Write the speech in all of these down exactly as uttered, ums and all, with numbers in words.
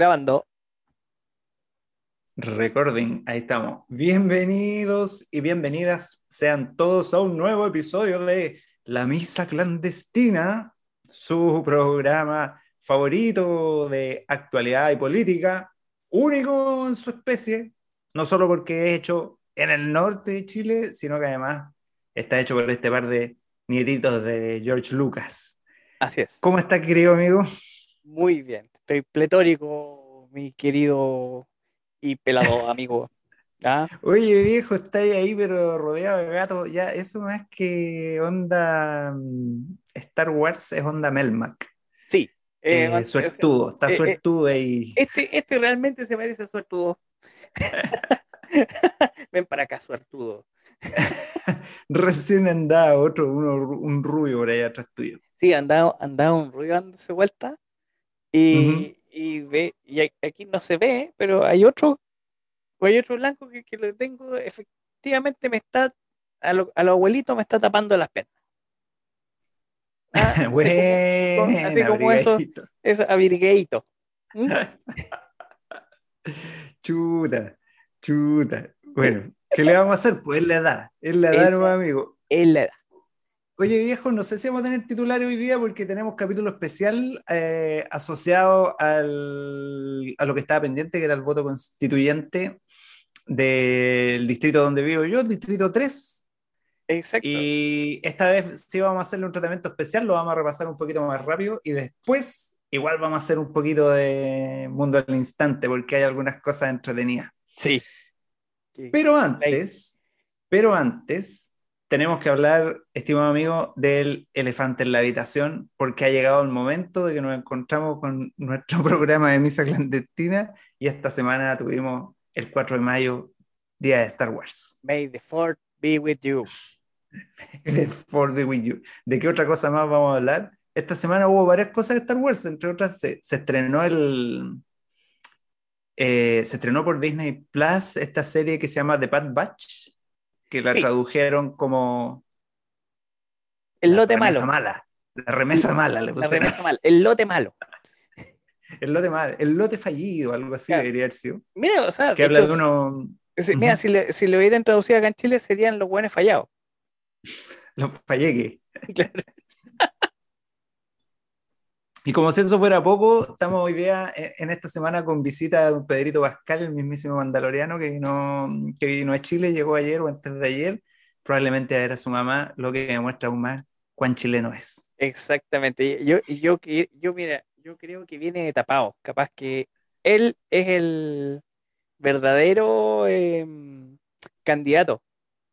Grabando. Recording, ahí estamos. Bienvenidos y bienvenidas sean todos a un nuevo episodio de La Misa Clandestina, su programa favorito de actualidad y política, único en su especie, no solo porque es hecho en el norte de Chile, sino que además está hecho por este par de nietitos de George Lucas. Así es. ¿Cómo está, querido amigo? Muy bien. Estoy pletórico, mi querido y pelado amigo. ¿Ah? Oye, viejo, está ahí, pero rodeado de gatos. Ya, eso más que onda mm, Star Wars es onda Melmac. Sí. Eh, Eh, man- eh, suertudo, está eh, eh, suertudo ahí. este, este realmente se parece a suertudo. Ven para acá, suertudo. Recién andaba otro, uno, un rubio por ahí atrás tuyo. Sí, andaba, andaba un ruido dándose vuelta Ujú. y, y, ve, y a- aquí no se ve, pero hay otro, hay otro blanco que, que lo tengo, efectivamente me está, a lo, a lo abuelito me está tapando las piernas. Ah, así como, co- así Buena, como eso, brigadito. eso abrigueíto. ¿Mm? Chuta, chuta. Bueno, ¿qué le vamos a hacer? Pues es la edad, es la edad, Él, no, amigo. él le da. Oye, viejo, no sé si vamos a tener titular hoy día porque tenemos capítulo especial eh, asociado al, a lo que estaba pendiente, que era el voto constituyente del distrito donde vivo yo, el distrito tres. Exacto. Y esta vez sí vamos a hacerle un tratamiento especial, lo vamos a repasar un poquito más rápido y después igual vamos a hacer un poquito de mundo al instante porque hay algunas cosas entretenidas. Sí. Que- Pero Play. antes, pero antes, tenemos que hablar, estimado amigo, del elefante en la habitación, porque ha llegado el momento de que nos encontramos con nuestro programa de misa clandestina y esta semana tuvimos el cuatro de mayo, día de Star Wars. May the fourth be with you. For the Wii U. ¿De qué otra cosa más vamos a hablar? Esta semana hubo varias cosas de Star Wars, entre otras se, se estrenó el, eh, se estrenó por Disney Plus esta serie que se llama The Bad Batch, que la Sí, tradujeron como el la lote remesa malo. mala. La El- remesa mala le la pusieron. remesa mal. El lote malo. El lote mal, el lote fallido, algo así Claro. debería haber sido. Mira, o sea, Que de habla hecho, de uno. si- mira, Ujú, si, le, si lo hubieran traducido acá en Chile serían los buenos fallados. los falleques. Claro. Y como si eso fuera poco, estamos hoy día en en esta semana con visita de don Pedrito Pascal, el mismísimo mandaloriano que vino, que vino a Chile, llegó ayer o antes de ayer, probablemente a ver a su mamá, lo que demuestra aún más cuán chileno es. Exactamente. Yo, y yo, que- yo, mira, yo creo que viene tapado. Capaz que él es el verdadero em, candidato.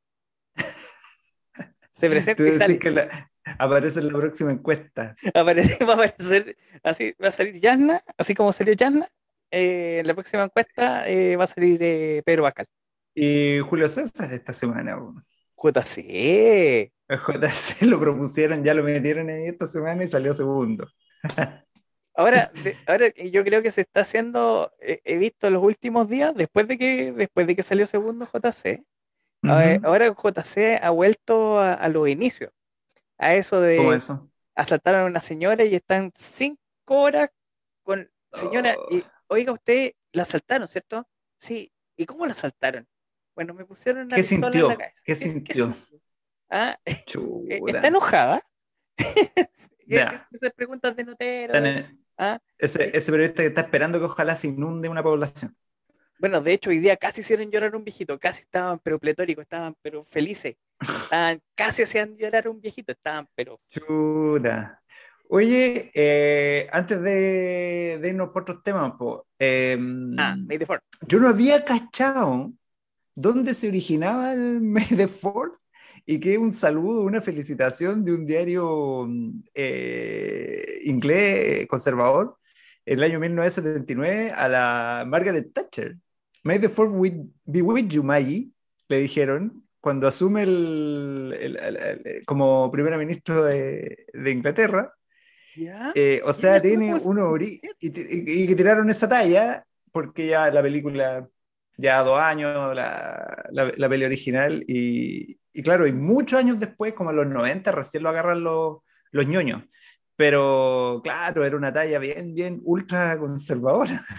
Se Tú presenta y decís sale. que la- aparece en la próxima encuesta. Aparece- va a aparecer así, va a salir Yasna, así como salió Yasna. Eh, en la próxima encuesta eh, va a salir eh, Pedro Pascal. Y Julio César esta semana. J C. El J C lo propusieron, ya lo metieron ahí esta semana y salió segundo. Ahora, de- ahora yo creo que se está haciendo, eh, he visto en los últimos días, después de que, después de que salió segundo J C, eh, Ujú. ahora J C ha vuelto a, a los inicios, a eso ¿Cómo de eso? asaltar a una señora y están cinco horas con señora, Oh, y oiga usted, la asaltaron, ¿cierto? Sí, ¿y cómo la asaltaron? Bueno, me pusieron una ¿qué pistola en la sintió? cabeza. ¿Qué ¿Qué, qué sintió? sintió? Ah, eh, Chuta. ¿está enojada? Eh, Ya. Esas preguntas de notero, Están de, en- ah, ese, eh, ese periodista que está esperando que ojalá se inunde una población. bueno, de hecho, hoy día casi hicieron llorar a un viejito, casi estaban pero pletóricos, estaban pero felices, estaban, casi hacían llorar a un viejito, estaban pero, Chuta. Oye, eh, antes de, de irnos por otros temas, po, ah, em, May the Fourth. yo no había cachado dónde se originaba el May the Fourth y que un saludo, una felicitación de un diario mm, eh, inglés conservador en el año mil novecientos setenta y nueve a la Margaret Thatcher. May the Fourth with- be with you, Maggie, le dijeron cuando asume el, el- el- el- como primera ministro de, de Inglaterra. ¿Ya? Eh, o Mira, sea, eso no tiene puede ser. un ori y, y- y que tiraron esa talla porque ya la película, ya dos años, la, la, la peli original, y, y claro, y muchos años después, como en los noventa recién lo agarran los, los ñoños. Pero claro, era una talla bien, bien ultra conservadora.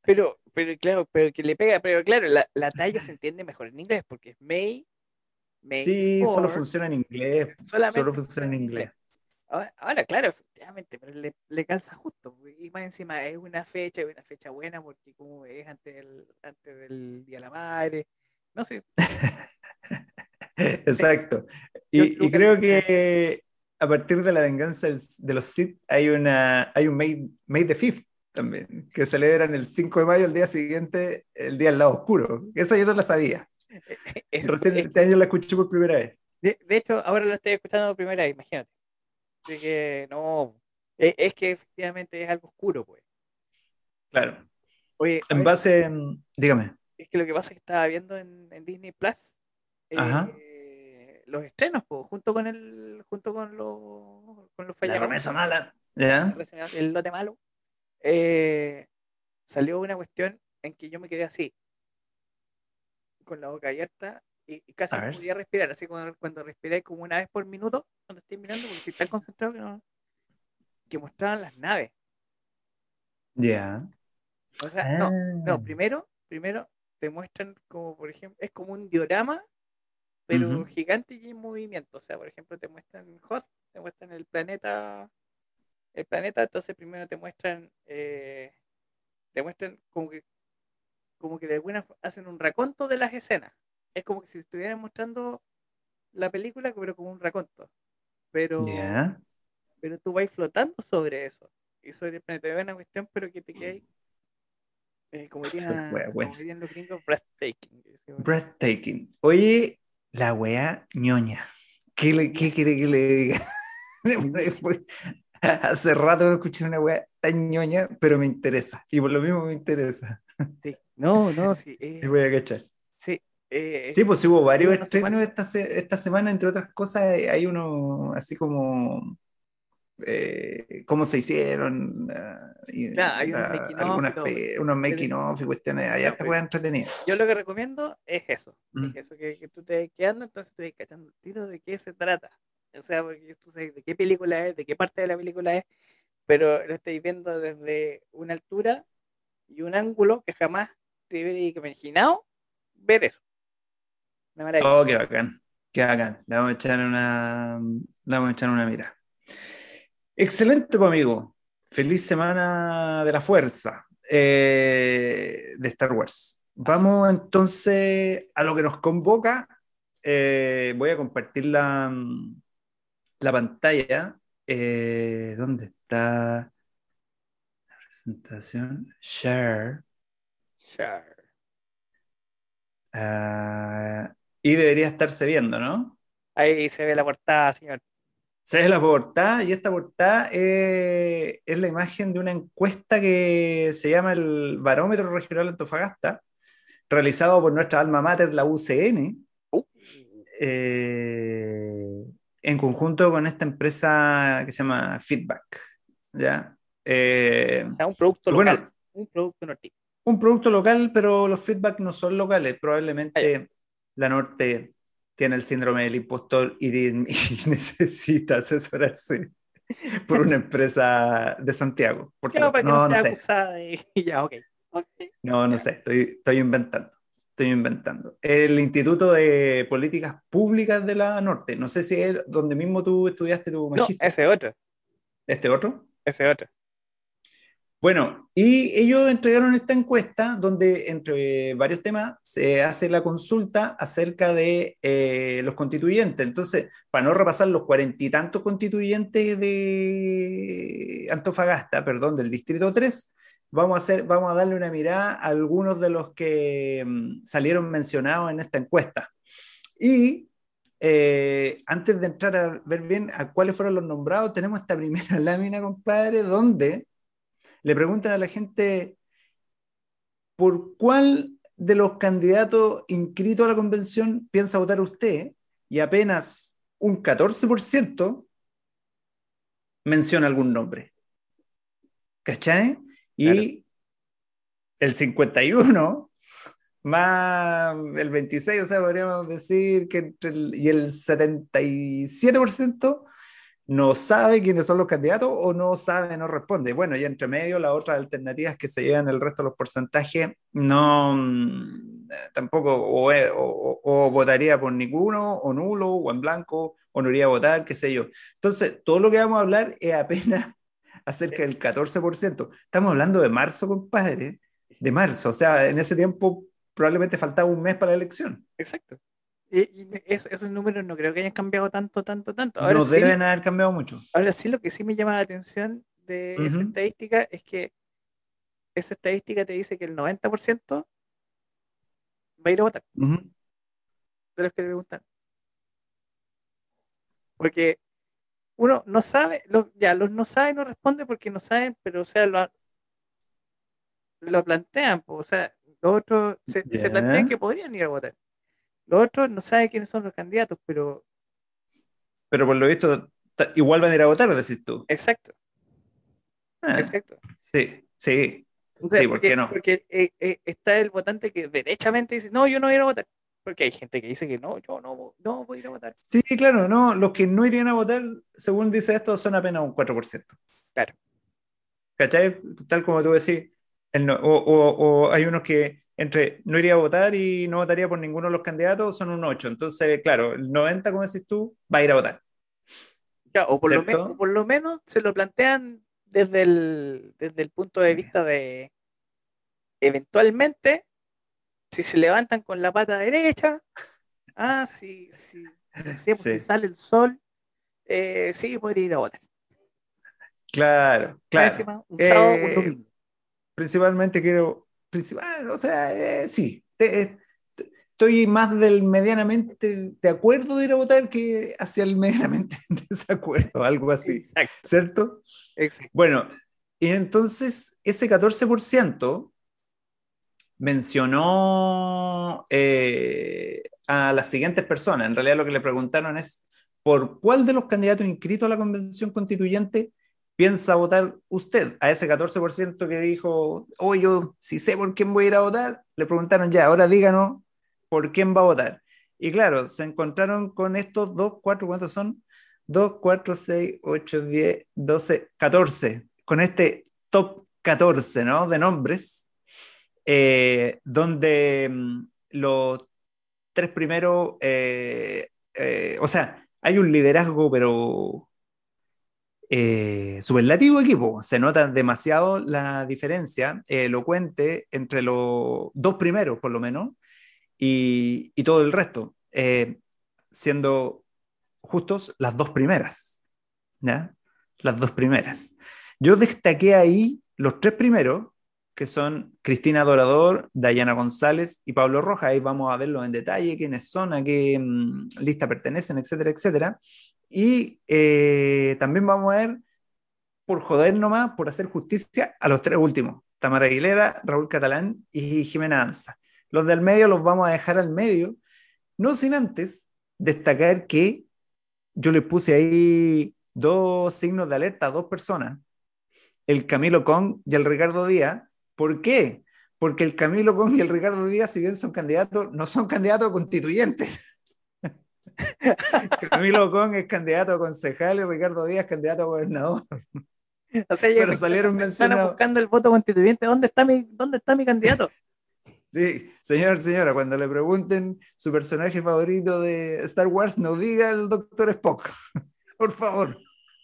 Pero, pero claro, pero que le pega, pero claro, la, la talla se entiende mejor en inglés porque es May, May Sí, solo fourth, funciona en inglés, solo solamente funciona funciona en en inglés. inglés. Ahora, ahora, claro, efectivamente, pero le, le calza justo, pues, y más encima es una fecha, es una fecha buena porque como es antes del, antes del Día de la Madre, no sé, sí, Exacto. yo Y, quiero y buscar el creo mismo. que a partir de la venganza del- de los Sith hay una hay un May, May the Fifth también, que celebran el cinco de mayo, el día siguiente, el día del lado oscuro. Esa yo no la sabía. Es, Recién es este que, año la escuché por primera vez. de, de hecho, ahora lo estoy escuchando por primera vez, imagínate. Así que no, es, es que efectivamente es algo oscuro, pues. Claro. Oye, En oye, base, mm, dígame. es que lo que pasa es que estaba viendo en, en Disney Plus Ajá. eh, los estrenos, pues, junto con el, junto con los, con los La Fallamados, remesa mala. la- ¿Ya? el lote malo, eh, salió una cuestión en que yo me quedé así, con la boca abierta y, y casi A no ver. podía respirar, así cuando, cuando respiré como una vez por minuto, cuando estoy mirando, porque estoy tan concentrado que, no, que mostraban las naves. Ya. O sea, no, Ah. no, primero, primero te muestran como, por ejemplo, es como un diorama, pero Ujú. gigante y en movimiento. O sea, por ejemplo, te muestran Hoth, te muestran el planeta, el planeta, entonces primero te muestran, eh, te muestran como que, como que de alguna f- hacen un raconto de las escenas. Es como que si estuvieran mostrando la película, pero como un raconto. Pero, Ya. pero tú vas flotando sobre eso. Y sobre el planeta. Es una cuestión, pero que te queda, eh, como La wea dirían, buena. como dirían los gringos, breathtaking. Breathtaking. Oye, la wea ñoña. ¿Qué, le, qué Buenísima, quiere que le diga? buenísima. Hace rato no escuché una wea tan ñoña, pero me interesa. Y por lo mismo me interesa. Sí, no, no, sí, Y eh, voy a cachar. sí, eh, Sí, pues hubo varios dura no sé estrenos cuánto. esta, se- esta semana, entre otras cosas, hay hay uno así como eh, cómo se hicieron, ah, y, Claro, hay unos la- making of y algunas todo. pe- unos Pero, making of y cuestiones, hay claro, harta pero wea entretenida. yo lo que recomiendo es eso, es Mm. eso, que, que tú te vayas quedando, entonces te vas cachando el tiro de qué se trata. O sea, porque tú sabes de qué película es, de qué parte de la película es, pero lo estáis viendo desde una altura y un ángulo que jamás te hubiera imaginado ver eso. Una maravilla. Oh, qué bacán, qué bacán. Le vamos a echar una, le vamos a echar una mira. Excelente, pues, amigo. Feliz semana de la fuerza eh, de Star Wars. Así. Vamos entonces a lo que nos convoca. Eh, voy a compartir la, la pantalla. Eh, ¿dónde está la presentación? Share. Sure. Ah, y debería estarse viendo, ¿no? Ahí se ve la portada, señor. Esa es la portada y esta portada eh, es la imagen de una encuesta que se llama el Barómetro Regional de Antofagasta, realizado por nuestra alma mater, la U C N, Uh, eh, en conjunto con esta empresa que se llama Feedback, ¿ya? Eh, o sea, un producto y local, bueno, un producto norte. un producto local, pero los feedback no son locales. Allá. Probablemente la Norte tiene el síndrome del impostor y, de- y necesita asesorarse por una empresa de Santiago, por Ya, supuesto. para que no No, no sea sé. acusada de... Ya, ok. Ok, No, no ya. sé. Estoy, estoy inventando. Estoy inventando. El Instituto de Políticas Públicas de la Norte. No sé si es donde mismo tú estudiaste tu No, magíster. ese otro, ¿Este otro? ese otro. Bueno, y ellos entregaron esta encuesta donde entre varios temas se hace la consulta acerca de eh, los constituyentes. Entonces, para no repasar los cuarenta y tantos constituyentes de Antofagasta, perdón, del Distrito tres, vamos a, hacer, vamos a darle una mirada a algunos de los que mm, salieron mencionados en esta encuesta. Y eh, antes de entrar a ver bien a cuáles fueron los nombrados, tenemos esta primera lámina, compadre, donde le preguntan a la gente por cuál de los candidatos inscritos a la convención piensa votar usted, y apenas un catorce por ciento menciona algún nombre. ¿Cachai? Claro. Y el cincuenta y uno más el veintiséis, o sea, podríamos decir que entre el, y el setenta y siete por ciento no sabe quiénes son los candidatos o no sabe, no responde. Bueno, y entre medio las otras alternativas que se llevan el resto de los porcentajes, no, mm, eh, tampoco, o, eh, o- o- o votaría por ninguno, o nulo, o en blanco, o no iría a votar, qué sé yo. Entonces, todo lo que vamos a hablar es apenas acerca Eh, del catorce por ciento. Estamos hablando de marzo, compadre, de marzo. O sea, en ese tiempo probablemente faltaba un mes para la elección. Exacto. Y, y es- esos números no creo que hayan cambiado tanto, tanto, tanto. Ahora No sí, deben haber cambiado mucho. ahora sí lo que sí me llama la atención de esa Ujú, estadística es que esa estadística te dice que el noventa por ciento va a ir a votar ujú. de los que le preguntan. Porque uno no sabe, los, ya, los no saben no responden porque no saben, pero o sea, lo, lo plantean, po, o sea, los otros se, se plantean Ya. que podrían ir a votar. Los otros no saben quiénes son los candidatos, pero Pero por lo visto, ta- igual van a ir a votar, decís tú. exacto, Ah, exacto. sí, sí, O sea, sí, ¿por qué porque, no? porque eh, eh, está el votante que derechamente dice, no, yo no voy a ir a votar. Porque hay gente que dice que no, yo no, vo- no voy a ir a votar. Sí, claro, no, los que no irían a votar, según dice esto, son apenas un cuatro por ciento. Claro, ¿Cachai? Tal como tú decís, el no- o, o- o hay unos que entre no iría a votar y no votaría por ninguno de los candidatos, son un ocho. Entonces, claro, el noventa, como decís tú, va a ir a votar, ya, o, por lo me- o ¿cierto? por lo menos se lo plantean desde el, desde el punto de vista de, eventualmente, si se levantan con la pata derecha, ah, si, si, no sé, pues si Sí, sale el sol, eh, sí, podría ir a votar. claro, Más claro. encima, un sábado, un Eh, domingo. principalmente quiero, principal, o sea, eh, sí, te- eh, estoy más del medianamente de acuerdo de ir a votar que hacia el medianamente en desacuerdo, algo así, Exacto, ¿cierto? exacto. Bueno, y entonces ese catorce por ciento mencionó eh, a las siguientes personas. En realidad lo que le preguntaron es, ¿por cuál de los candidatos inscritos a la convención constituyente piensa votar usted? A ese catorce por ciento que dijo, oh, yo si sé por quién voy a ir a votar, le preguntaron ya, ahora díganos por quién va a votar. Y claro, se encontraron con estos dos, cuatro, ¿cuántos son? Dos, cuatro, seis, ocho, diez, doce, catorce. Con este top catorce, ¿no? De nombres eh, donde mm, los tres primeros, eh, eh, o sea, hay un liderazgo, pero eh, superlativo equipo. Se nota demasiado la diferencia eh, elocuente entre los dos primeros, por lo menos, y, y todo el resto, eh, siendo justos las dos primeras, ¿ya? Las dos primeras. Yo destaqué ahí los tres primeros, que son Cristina Dorador, Dayana González y Pablo Rojas. Ahí vamos a verlos en detalle, quiénes son, a qué mm, lista pertenecen, etcétera, etcétera. Y eh, también vamos a ver, por joder nomás, por hacer justicia, a los tres últimos. Tamara Aguilera, Raúl Catalán y Jimena Anza. Los del medio los vamos a dejar al medio, no sin antes destacar que yo le puse ahí dos signos de alerta a dos personas, el Camilo Kong y el Ricardo Díaz. ¿Por qué? Porque el Camilo Kong y el Ricardo Díaz, si bien son candidatos, no son candidatos constituyentes. Camilo Kong es candidato a concejal y Ricardo Díaz candidato a gobernador. O sea, ya Pero imagino esas salieron personas mencionados. buscando el voto constituyente. ¿Dónde está mi, dónde está mi candidato? Sí, señor, señora, cuando le pregunten su personaje favorito de Star Wars, no diga el doctor Spock, por favor.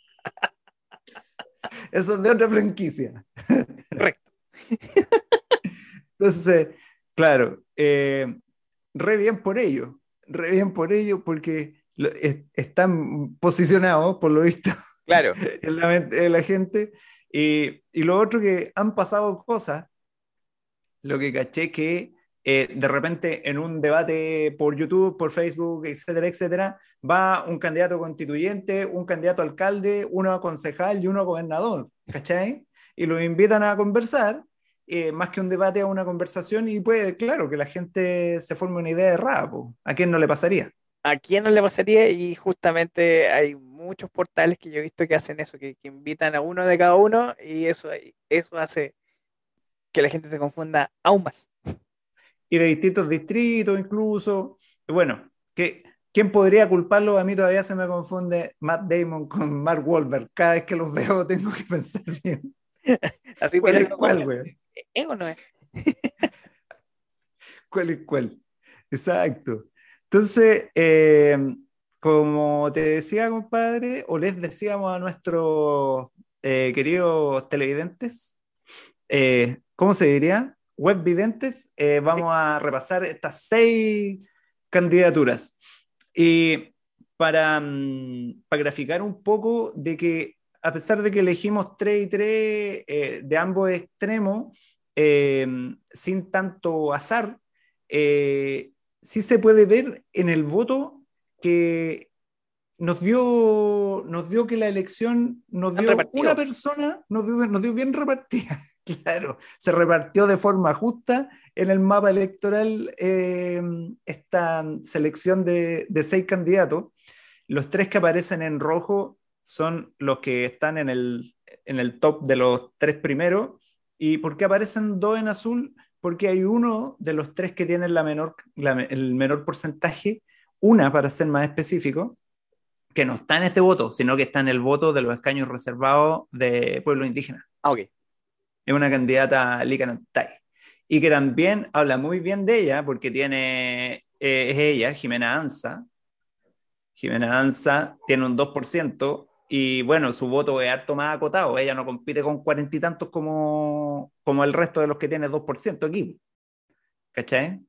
Eso es de otra franquicia. Correcto. Entonces, claro, eh, re bien por ello, re bien por ello, porque lo- es- están posicionados, por lo visto, Claro. en la mente de la gente. Y, y lo otro que han pasado cosas, lo que caché que eh, de repente en un debate por YouTube, por Facebook, etcétera, etcétera, va un candidato constituyente, un candidato a alcalde, uno a concejal y uno a gobernador, ¿cachai? Y los invitan a conversar, eh, más que un debate, a una conversación, y puede, claro, que la gente se forme una idea errada, po. ¿A quién no le pasaría? ¿A quién no le pasaría? Y justamente hay muchos portales que yo he visto que hacen eso, que, que invitan a uno de cada uno y eso, eso hace que la gente se confunda aún más. Y de distintos distritos incluso. Bueno, ¿qué, ¿quién podría culparlo? A mí todavía se me confunde Matt Damon con Mark Wahlberg. Cada vez que los veo tengo que pensar bien. Así ¿Cuál es mirándolo con cuál, calma. güey? ¿Es o no es? ¿Cuál es cuál? Exacto. Entonces, eh, como te decía, compadre, o les decíamos a nuestros eh, queridos televidentes, eh, ¿cómo se diría? Webvidentes, eh, Sí. vamos a repasar estas seis candidaturas. Y para, mm, para graficar un poco de que, a pesar de que elegimos tres y tres eh, de ambos extremos, eh, sin tanto azar, eh, sí se puede ver en el voto que nos dio, nos dio que la elección nos Han dio una repartido. persona, nos dio, nos dio bien repartida. Claro, se repartió de forma justa en el mapa electoral eh, esta selección de, de seis candidatos. Los tres que aparecen en rojo son los que están en el, en el top de los tres primeros. ¿Y por qué aparecen dos en azul? Porque hay uno de los tres que tiene la menor, la, el menor porcentaje, una para ser más específico, que no está en este voto, sino que está en el voto de los escaños reservados de pueblos indígenas. Ah, ok. Es una candidata Licanantay. Y que también habla muy bien de ella, porque tiene, eh, es ella, Jimena Anza. Jimena Anza tiene un dos por ciento y bueno, su voto es harto más acotado. Ella no compite con cuarenta y tantos como, como el resto de los que tiene dos por ciento aquí. ¿Cachai?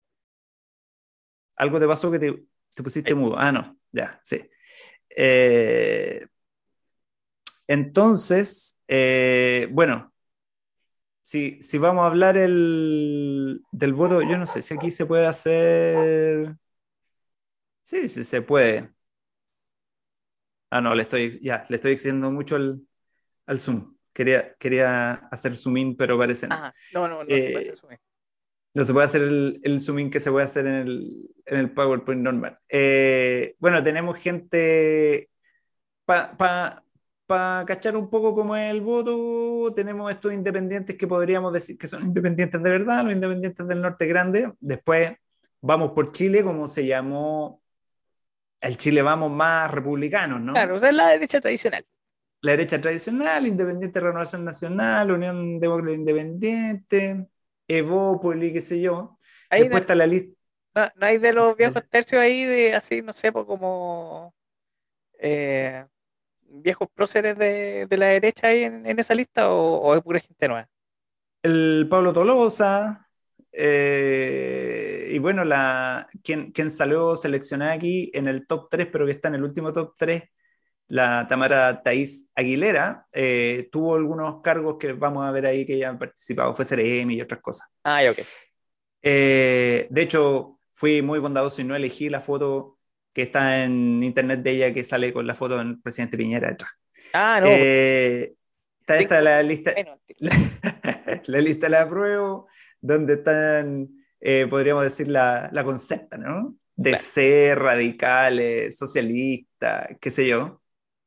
¿Algo te pasó que te, te pusiste Eh, mudo? Ah, no, ya, sí. Eh, entonces, eh, bueno, si, si vamos a hablar el, del voto, yo no sé si aquí se puede hacer. Sí, sí se puede. Ah, no, le estoy, ya, le estoy diciendo mucho al, al Zoom. Quería, quería hacer zoom in, pero parece no. ah, no, no, no se puede hacer Eh, eso. no se puede hacer el, el zoom in que se puede hacer en el, en el PowerPoint normal. Eh, bueno, tenemos gente para pa, pa cachar un poco cómo es el voto. Tenemos estos independientes que podríamos decir que son independientes de verdad, los independientes del norte grande. Después vamos por Chile, como se llamó el Chile Vamos más republicanos, ¿no? Claro, o sea, es la derecha tradicional. La derecha tradicional, Independiente Renovación Nacional, Unión Demócrata Independiente, Evópoli, qué sé yo. Ahí Después de- está la lista. no, no hay de los viejos tercios ahí de así, no sé, pues como eh, viejos próceres de, de la derecha ahí en, en esa lista o, o es pura gente nueva. El Pablo Tolosa, eh, y bueno, la, quien, quien salió seleccionada aquí en el top tres, pero que está en el último top tres, la Tamara Thaís Aguilera, eh, tuvo algunos cargos que vamos a ver ahí que ya han participado, fue C R M y otras cosas. Ah, ya, ok. Eh, de hecho, fui muy bondadoso y no elegí la foto que está en internet de ella que sale con la foto del presidente Piñera detrás. Ah, no, porque Eh, está esta cinco la puntos lista, menos. la, la lista de la prueba, donde están, eh, podríamos decir, la, la concepta, ¿no? De Claro. ser radicales, socialistas, qué sé yo.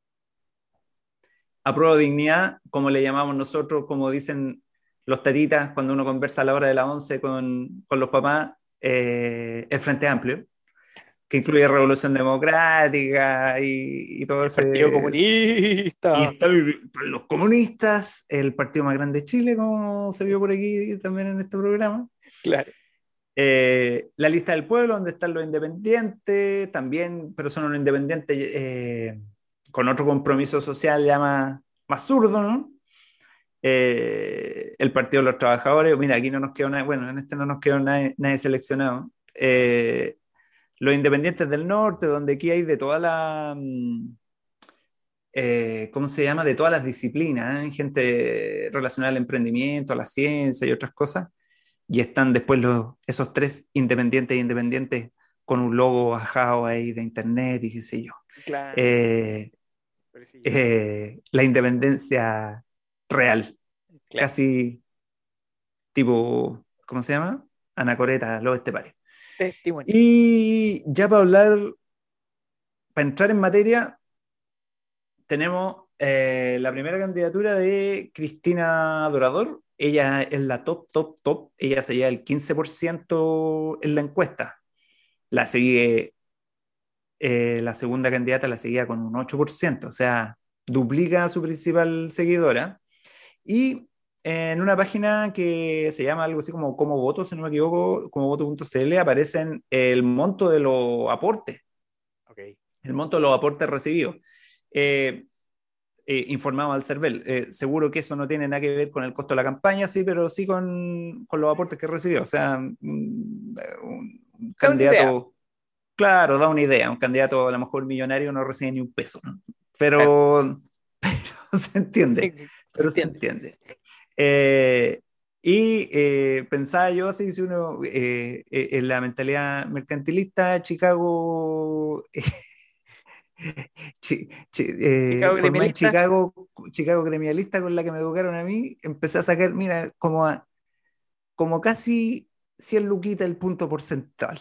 Apruebo dignidad, como le llamamos nosotros, como dicen los tatitas cuando uno conversa a la hora de la once con, con los papás, eh, el Frente Amplio, que incluye Revolución Democrática y, y todo El Partido ese. Y Comunista. están los comunistas, el partido más grande de Chile, como se vio por aquí también en este programa. Claro. Eh, la lista del pueblo, donde están los independientes, también, pero son unos independientes eh, con otro compromiso social ya más, más zurdo, ¿no? Eh, el Partido de los Trabajadores, mira, aquí no nos quedó nadie, bueno, en este no nos quedó nadie, nadie seleccionado. Eh, los independientes del norte, donde aquí hay de toda la, mm, eh, ¿cómo se llama? De todas las disciplinas, ¿eh? Gente relacionada al emprendimiento, a la ciencia y otras cosas. Y están después los, esos tres independientes e independientes con un logo bajado ahí de internet y qué sé yo. Claro. Eh, Pobrecillo. eh, la independencia real, Claro. casi tipo, ¿cómo se llama? Anacoreta, los esteparios. Testimonio. Y ya para hablar, para entrar en materia, tenemos eh, la primera candidatura de Cristina Dorador. Ella es la top, top, top. Ella se lleva el quince por ciento en la encuesta. La sigue eh, la segunda candidata la seguía con un ocho por ciento, o sea, duplica a su principal seguidora. Y en una página que se llama algo así como Como Voto, si no me equivoco, como voto punto c l, aparecen el monto de los aportes, Ok. el monto de los aportes recibidos. Eh, eh, informado al CERVEL. Eh, seguro que eso no tiene nada que ver con el costo de la campaña, sí, pero sí con, con los aportes que recibió. O sea, un, un Da una idea. candidato, claro, da una idea. Un candidato a lo mejor millonario no recibe ni un peso, ¿no? Claro. Pero, pero se entiende, Se pero se entiende. entiende. Eh, y eh, pensaba yo, así, si uno, eh, eh, en la mentalidad mercantilista, Chicago chi- chi- eh, Chicago formé gremialista. Chicago, Chicago gremialista con la que me educaron a mí, empecé a sacar, mira, como, a- como casi cien luquitas el punto porcentual,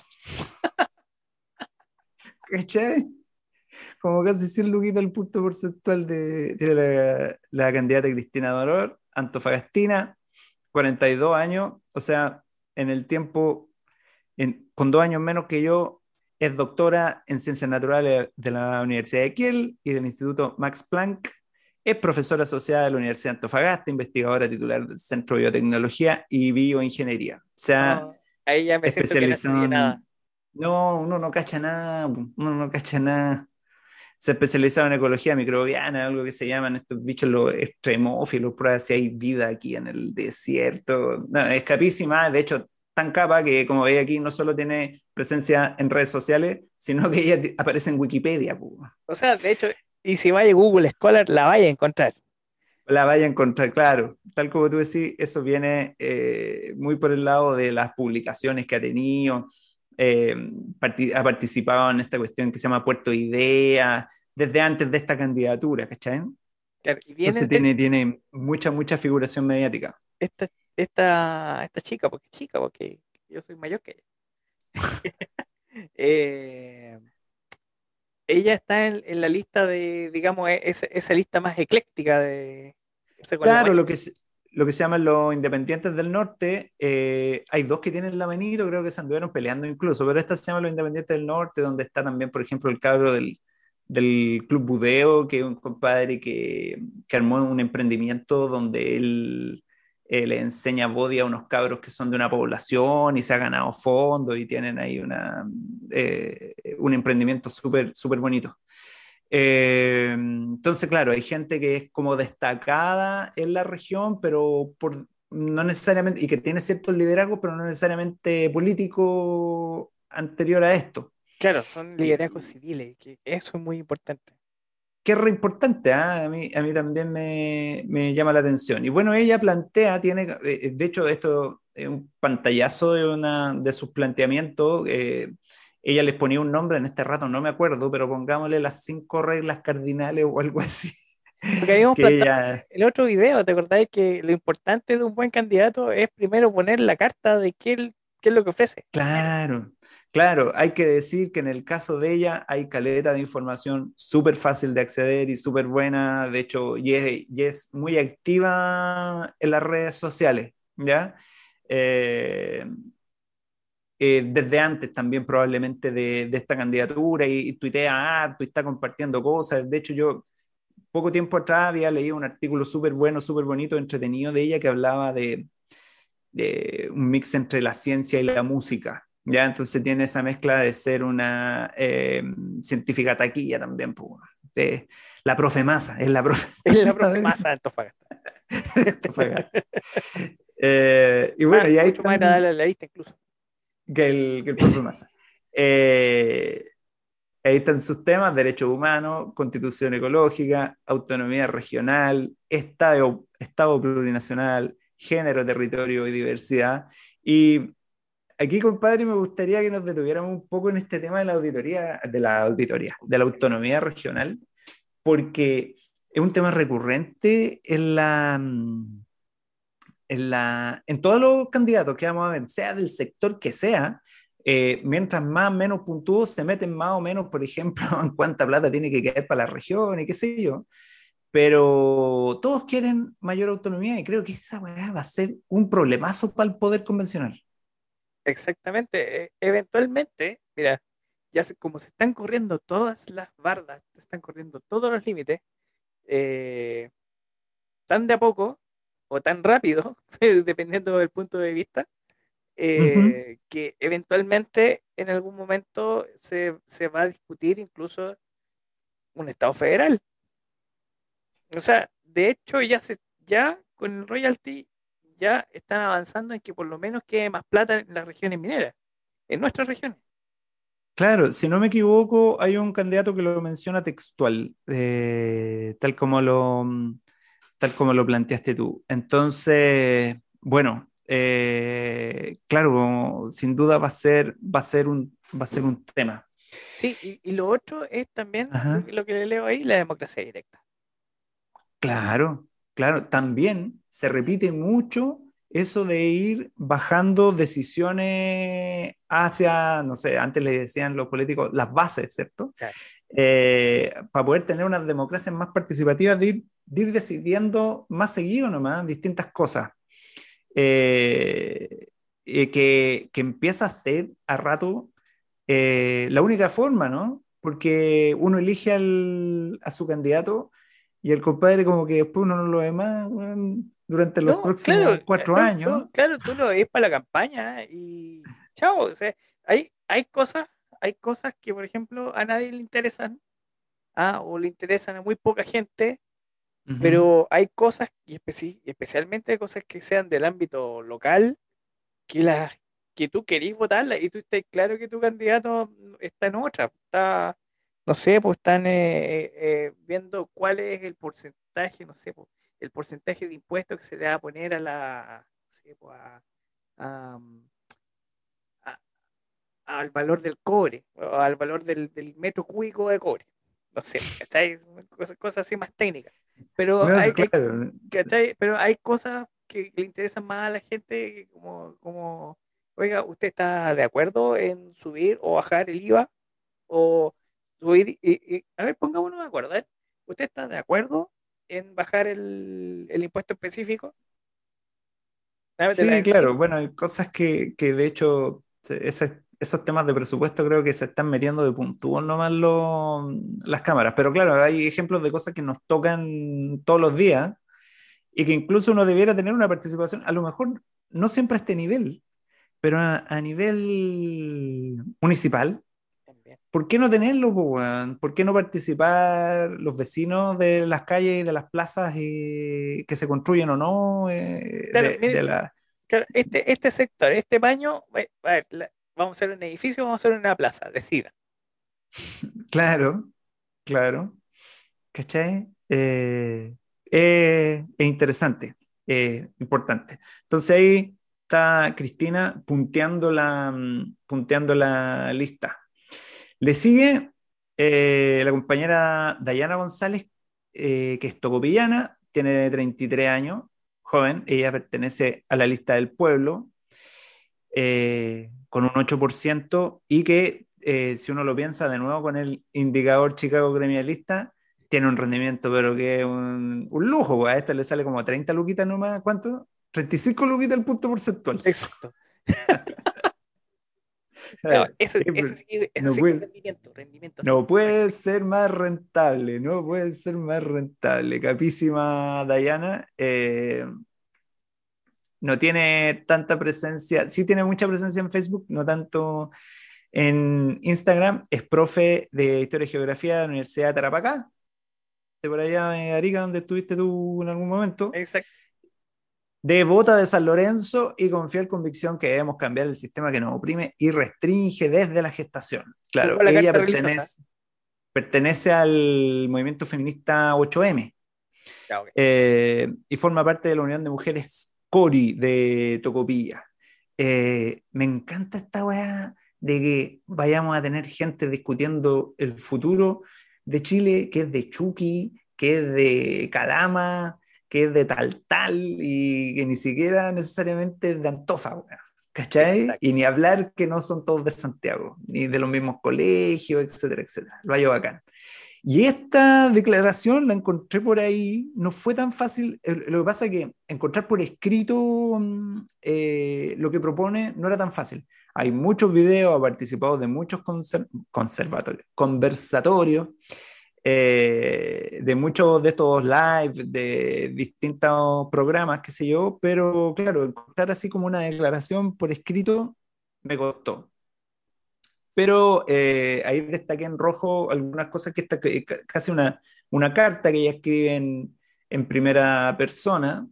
¿cachai? Como casi cien luquitas el punto porcentual de, de la, la candidata Cristina Dolor, Antofagastina, cuarenta y dos años, o sea, en el tiempo, en- con dos años menos que yo, es doctora en Ciencias Naturales de la Universidad de Kiel y del Instituto Max Planck. Es profesora asociada de la Universidad de Antofagasta, investigadora titular del Centro de Biotecnología y Bioingeniería. O sea, No, ahí ya me siento que no estudié especializado nada. en... No, uno no cacha nada, uno no cacha nada. Se ha especializado en ecología microbiana, algo que se llaman estos bichos los extremófilos, prueba si hay vida aquí en el desierto. No, es capísima, de hecho, tan capa que, como veis aquí, no solo tiene presencia en redes sociales, sino que ella t- aparece en Wikipedia. Pu. O sea, de hecho, y si vaya a Google Scholar, la vaya a encontrar. La vaya a encontrar, claro. Tal como tú decís, eso viene eh, muy por el lado de las publicaciones que ha tenido. eh, parti- ha participado en esta cuestión que se llama Puerto Idea, desde antes de esta candidatura, ¿cachai? Claro, y viene Entonces de tiene, tiene mucha, mucha figuración mediática. esta, esta, esta chica, porque chica, porque yo soy mayor que ella. Eh, ella está en, en la lista de, digamos, e- esa, esa lista más ecléctica de esa con la Claro, mayor. lo que, se- lo que se llaman los independientes del norte, eh, hay dos que tienen la Benito, creo que se anduvieron peleando incluso, pero esta se llama los independientes del norte, donde está también, por ejemplo, el cabro del, del Club Budeo, que es un compadre que, que armó un emprendimiento donde él eh, le enseña body a unos cabros que son de una población y se ha ganado fondos y tienen ahí una, eh, un emprendimiento súper súper bonito. Eh, entonces, claro, hay gente que es como destacada en la región, pero por, no necesariamente, y que tiene ciertos liderazgos, pero no necesariamente político anterior a esto. Claro, son liderazgos Y, civiles, que eso es muy importante. que es re importante, ¿ah? A mí, a mí también me, me llama la atención. Y bueno, ella plantea, tiene, eh, de hecho, esto es un pantallazo de, una, de sus planteamientos. Eh, ella les ponía un nombre, en este rato no me acuerdo, pero pongámosle las cinco reglas cardinales o algo así. Porque habíamos Que plantado ella, el otro video, ¿te acordáis que lo importante de un buen candidato es primero poner la carta de qué, él- qué es lo que ofrece? Primero. claro, claro, hay que decir que en el caso de ella hay caleta de información súper fácil de acceder y súper buena, de hecho, y es, y es muy activa en las redes sociales, ¿ya? Eh, eh, desde antes también probablemente de, de esta candidatura y, y tuitea harto y está compartiendo cosas. De hecho, yo poco tiempo atrás había leído un artículo súper bueno, súper bonito, entretenido de ella que hablaba de de un mix entre la ciencia y la música. Ya, entonces tiene esa mezcla de ser una eh, científica taquilla también. Pues, de, la profe Masa, es la profe Es la Masa profe de más Antofagasta. Antofagasta. Eh, y bueno, Más, y ahí mucho más agradable están a la vista incluso. que el, que el profe Masa. Eh, ahí están sus temas: derechos humanos, constitución ecológica, autonomía regional, estado, estado plurinacional, género, territorio y diversidad. Y aquí, compadre, me gustaría que nos detuviéramos un poco en este tema de la auditoría, de la auditoría, de la autonomía regional, porque es un tema recurrente en la, en la, en todos los candidatos que vamos a ver, sea del sector que sea, eh, mientras más o menos puntúos se meten más o menos, por ejemplo, en cuánta plata tiene que caer para la región y qué sé yo, pero todos quieren mayor autonomía y creo que esa weá va a ser un problemazo para el poder convencional. Exactamente. Eh, eventualmente, mira, ya se- como se están corriendo todas las bardas, se están corriendo todos los límites, eh, tan de a poco o tan rápido, dependiendo del punto de vista, Ujú. eh, que eventualmente en algún momento se, se va a discutir incluso un Estado federal. O sea, de hecho ya se, ya con el royalty ya están avanzando en que por lo menos quede más plata en las regiones mineras, en nuestras regiones. Claro, si no me equivoco, hay un candidato que lo menciona textual, eh, tal como lo, mm, tal como lo planteaste tú. Entonces, bueno, eh, claro, sin duda va a ser, va a ser un, va a ser un tema. Sí, y, y lo otro es también lo, Ajá. lo que le leo ahí, la democracia directa. Claro, claro, Es- también se Ujú, repite mucho eso de ir bajando decisiones hacia, no sé, antes le decían los políticos, las bases, ¿cierto? claro. Eh, para poder tener unas democracias más participativas, de ir, de ir decidiendo más seguido nomás distintas cosas. Eh, eh, que, que empieza a ser a rato eh, la única forma, ¿no? Porque uno elige al- a su candidato y el compadre como que después uno no lo ve más, weón, durante los No, claro, próximos cuatro no, años. tú, claro, tú lo ves para la campaña y chao, o sea, hay, hay cosas, hay cosas que, por ejemplo, a nadie le interesan, ah, o le interesan a muy poca gente, Ujú. pero hay cosas, y especi- especialmente cosas que sean del ámbito local, que las que tú querís votarla y tú estás claro que tu candidato está en otra, está, no sé, pues están eh, eh, eh, viendo cuál es el porcentaje, no sé, pues, el porcentaje de impuestos que se le va a poner a la, no sé, pues, a- a, mm, a- al valor del cobre, o al valor del, del metro cúbico de cobre. No sé, pues, ¿cachai? Cosas, cosas así más técnicas. Pero No, sí, hay, hay, claro. ¿cachai? Pero hay cosas que le interesan más a la gente, como, como, oiga, ¿usted está de acuerdo en subir o bajar el IVA? O subir, y, y- a ver, pongámonos de acuerdo, ¿eh? ¿Usted está de acuerdo en bajar el, el impuesto específico? ¿Sabes? De la Sí, benzina. claro. Bueno, hay cosas que, que de hecho, se- ese- esos temas de presupuesto creo que se están metiendo de puntúo nomás los- las cámaras. Pero claro, hay ejemplos de cosas que nos tocan todos los días y que incluso uno debiera tener una participación, a lo mejor no siempre a este nivel, pero a, a nivel municipal. También. ¿Por qué no tenerlo, po, weón? ¿Por qué no participar los vecinos de las calles y de las plazas eh, que se construyen o no? eh, Claro, de, mire, de la... claro, este, este sector, este baño, eh, a ver, la- vamos a hacer un edificio, vamos a hacer una plaza, decida. Claro, claro, ¿cachai? Eh, eh, es interesante, eh, importante. Entonces ahí está Cristina punteando la, mm, punteando la lista. Le sigue eh, la compañera Dayana González, eh, que es tocopillana, tiene treinta y tres años, joven, ella pertenece a la lista del pueblo, eh, con un ocho por ciento y que, eh, si uno lo piensa de nuevo con el indicador Chicago gremialista, tiene un rendimiento, pero que es un, un lujo, pues a esta le sale como treinta luquitas nomás, ¿cuánto? Treinta y cinco luquitas el punto porcentual. Exacto. Claro, Claro, ese, eh, ese, pero sí, que- ese no sí que es puede, rendimiento, rendimiento así, no puede perfecto. ser más rentable, no puede ser más rentable. Capísima Dayana, eh, no tiene tanta presencia, sí tiene mucha presencia en Facebook, no tanto en Instagram. Es profe de Historia y Geografía de la Universidad de Tarapacá, de por allá de Arica, donde estuviste tú en algún momento. Exacto. Devota de San Lorenzo y con fiel convicción que debemos cambiar el sistema que nos oprime y restringe desde la gestación. Claro, Jugó la ella carta religiosa. pertenece pertenece al movimiento feminista ocho eme, Ya, ok. eh, y forma parte de la Unión de Mujeres Cori de Tocopilla. Eh, me encanta esta weá de que vayamos a tener gente discutiendo el futuro de Chile, que es de Chucky, que es de Calama, que es de tal tal y que ni siquiera necesariamente es de Antofa, weá. ¿cachai? Exacto. Y ni hablar que no son todos de Santiago, ni de los mismos colegios, etcétera, etcétera. Lo hallo bacán. Y esta declaración la encontré por ahí, no fue tan fácil, eh, lo que pasa es que encontrar por escrito mm, eh, lo que propone no era tan fácil. Hay muchos videos, ha participado de muchos conser- conservatorios, conversatorios, eh, de muchos de estos live, de distintos programas, qué sé yo, pero claro, encontrar así como una declaración por escrito me costó. Pero eh, ahí destaqué en rojo algunas cosas que está que- ca- casi una, una carta que ella escribe en, en primera persona.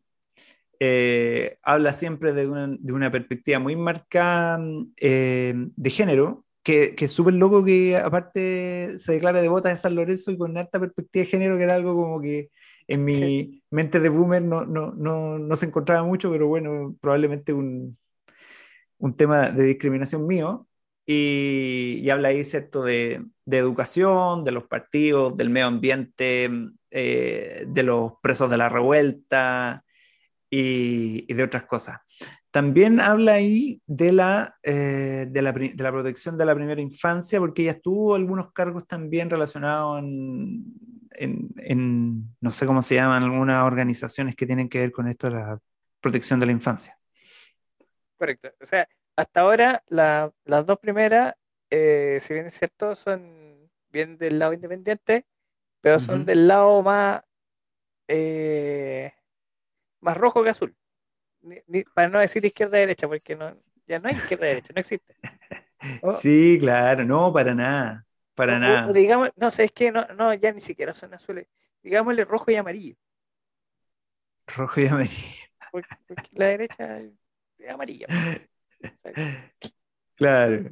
Eh, habla siempre de una, de una perspectiva muy marcada eh, de género, que, que es súper loco que aparte se declara devota de San Lorenzo y con alta perspectiva de género, que era algo como que en mi mente de boomer no, no, no, no se encontraba mucho, pero bueno, probablemente un, un tema de discriminación mío. Y, y habla ahí, ¿cierto?, de, de educación, de los partidos, del medio ambiente, eh, de los presos de la revuelta, y, y de otras cosas. También habla ahí de la, eh, de, la, de la protección de la primera infancia, porque ella tuvo algunos cargos también relacionados en, en, en, no sé cómo se llaman, algunas organizaciones que tienen que ver con esto de la protección de la infancia. Correcto. O sea, hasta ahora la- las dos primeras, eh, si bien es cierto, son bien del lado independiente, pero son Ujú. del lado más, eh, más rojo que azul. Ni- ni- para no decir izquierda-derecha, porque no, ya no hay izquierda-derecha, no existe. O, Sí, claro, no, para nada, o- para o- o nada. digamos, no sé, es que no, no, ya ni siquiera son azules. Digámosle rojo y amarillo, Rojo y amarillo. porque, porque la derecha es amarilla. O sea, Claro.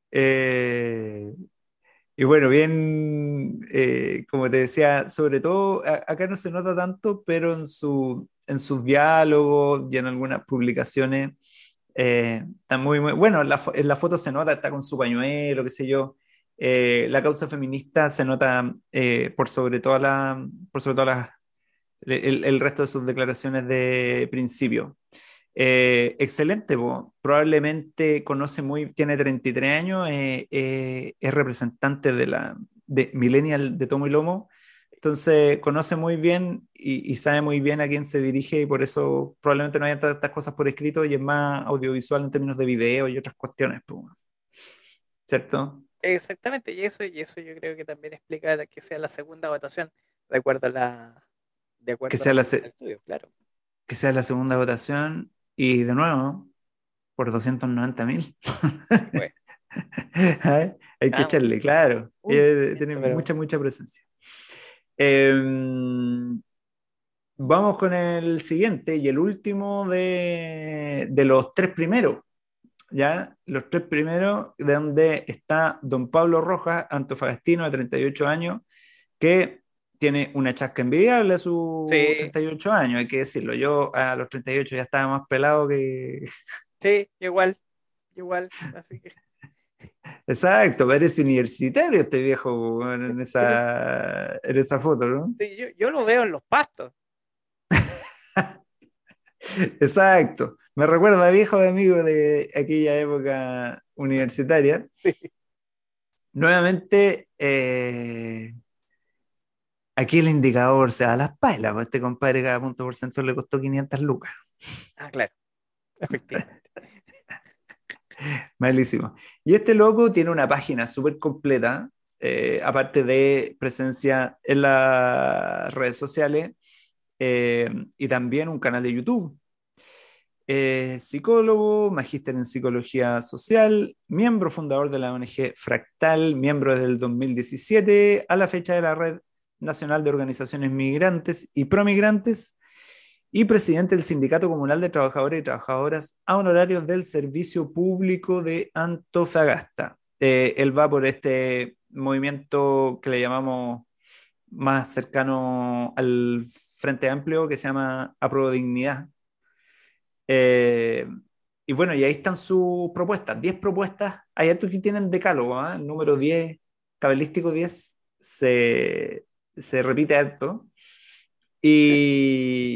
Eh, Y bueno, bien, eh, como te decía, sobre todo a- acá no se nota tanto, pero en su, en sus diálogos y en algunas publicaciones eh, está muy, muy bueno. En la, fo- en la foto se nota, está con su pañuelo, qué sé yo. Eh, la causa feminista se nota eh, por sobre toda la, por sobre todas las, el, el resto de sus declaraciones de principio. Eh, excelente, po. Probablemente conoce muy, tiene treinta y tres años, eh, eh, es representante de la de Millennial de Tomo y Lomo, entonces conoce muy bien y, y sabe muy bien a quién se dirige y por eso probablemente no haya tantas cosas por escrito y es más audiovisual en términos de video y otras cuestiones, po, ¿cierto? exactamente, y eso, y eso yo creo que también explica que sea la segunda votación, de acuerdo a la, de Que acuerdo sea la, al, al se- estudio, claro. que sea la segunda votación y de nuevo por doscientos noventa mil. Sí, pues, Hay hay que ah, echarle, claro. un Ella tiene movimiento, pero mucha, mucha presencia. Eh, Vamos con el siguiente y el último de, de los tres primeros, ¿ya? Los tres primeros, de donde está don Pablo Rojas, antofagastino de treinta y ocho años, que tiene una chasca envidiable a sus sí, treinta y ocho años, hay que decirlo. Yo a los treinta y ocho ya estaba más pelado que... sí, igual, igual, así que, Exacto, parece universitario este viejo bueno, en pero esa, en esa foto, ¿no? sí, yo, yo lo veo en los pastos, Exacto. Me recuerda a viejo amigo de aquella época universitaria. sí, Nuevamente, eh, aquí el indicador se da a las pailas, pues este compadre cada punto por ciento le costó quinientas lucas. ah, claro, efectivamente, Malísimo. Y este loco tiene una página súper completa, eh, aparte de presencia en las redes sociales eh, y también un canal de YouTube. Eh, psicólogo, magíster en psicología social, miembro fundador de la O N G Fractal, miembro desde el dos mil diecisiete a la fecha de la Red Nacional de Organizaciones Migrantes y Promigrantes y presidente del Sindicato Comunal de Trabajadores y Trabajadoras a honorarios del Servicio Público de Antofagasta. Eh, él va por este movimiento que le llamamos más cercano al Frente Amplio que se llama Apruebo Dignidad. Eh, y bueno, y ahí están sus propuestas, diez propuestas. Hay hartos que tienen decálogo, ¿eh? El número diez cabalístico diez se, se repite harto. ¿ya? Y,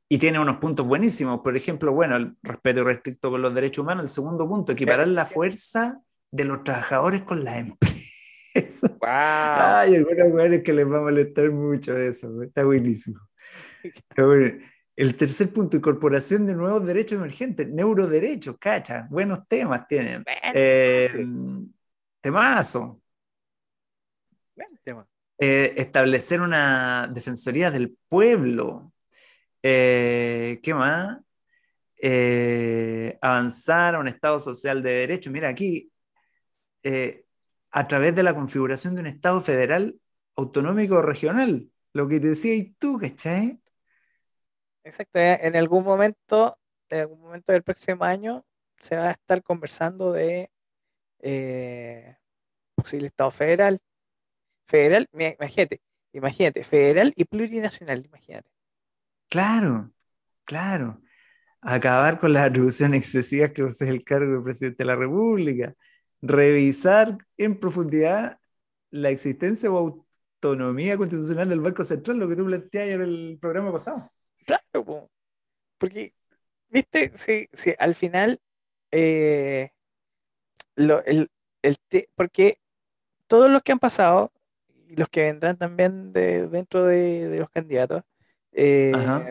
y tiene unos puntos buenísimos. Por ejemplo, bueno, el respeto restricto por los derechos humanos. El segundo punto, equiparar la fuerza de los trabajadores con las empresas. Wow. Ay, algunos weones que les va a molestar mucho eso, güey. Está buenísimo. Está bueno. El tercer punto, incorporación de nuevos derechos emergentes, neuroderechos, cacha, buenos temas tienen. Buen tema, Eh, sí. temazo. Buen tema. Eh, establecer una defensoría del pueblo. Eh, ¿qué más? Eh, avanzar a un Estado social de derecho. Mira, aquí, eh, a través de la configuración de un Estado federal, autonómico o regional, lo que te decía y tú, ¿cachai? Exacto. eh, En algún momento, en algún momento del próximo año, se va a estar conversando de eh, posible Estado federal. Federal, mira, imagínate, imagínate, federal y plurinacional, imagínate. Claro, claro. Acabar con las atribuciones excesivas que posee el cargo de presidente de la República. Revisar en profundidad la existencia o autonomía constitucional del Banco Central, lo que tú planteabas en el programa pasado. Claro, po, porque, viste, si, si al final, eh, lo, el, el te- porque todos los que han pasado y los que vendrán también de, dentro de, de los candidatos, Ajá, eh,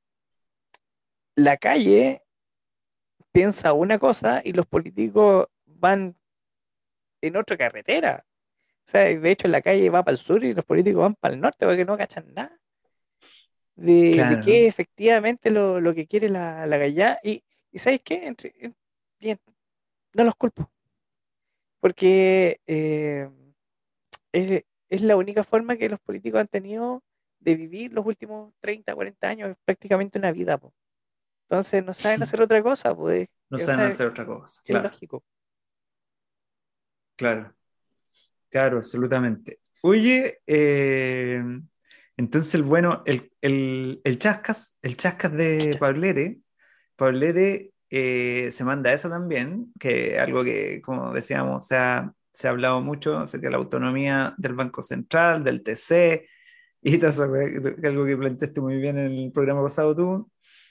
la calle piensa una cosa y los políticos van en otra carretera. O sea, de hecho la calle va para el sur y los políticos van para el norte porque no cachan nada de, de qué claro. efectivamente lo, lo que quiere la, la gallá. Y, y ¿sabes qué? Entre- en- bien, no los culpo, porque eh, es, es la única forma que los políticos han tenido de vivir los últimos treinta cuarenta años, es prácticamente una vida, po. Entonces no saben hacer otra cosa, pues, No o saben sea, hacer otra cosa, es claro, lógico. claro, claro, absolutamente. Oye, eh, entonces el bueno, el, el, el chascas, el chascas de Pablete, Pablete eh, se manda eso también, que algo que, como decíamos, se ha, se ha hablado mucho acerca de la autonomía del Banco Central, del T C, y todo eso, que- algo que planteaste muy bien en el programa pasado tú.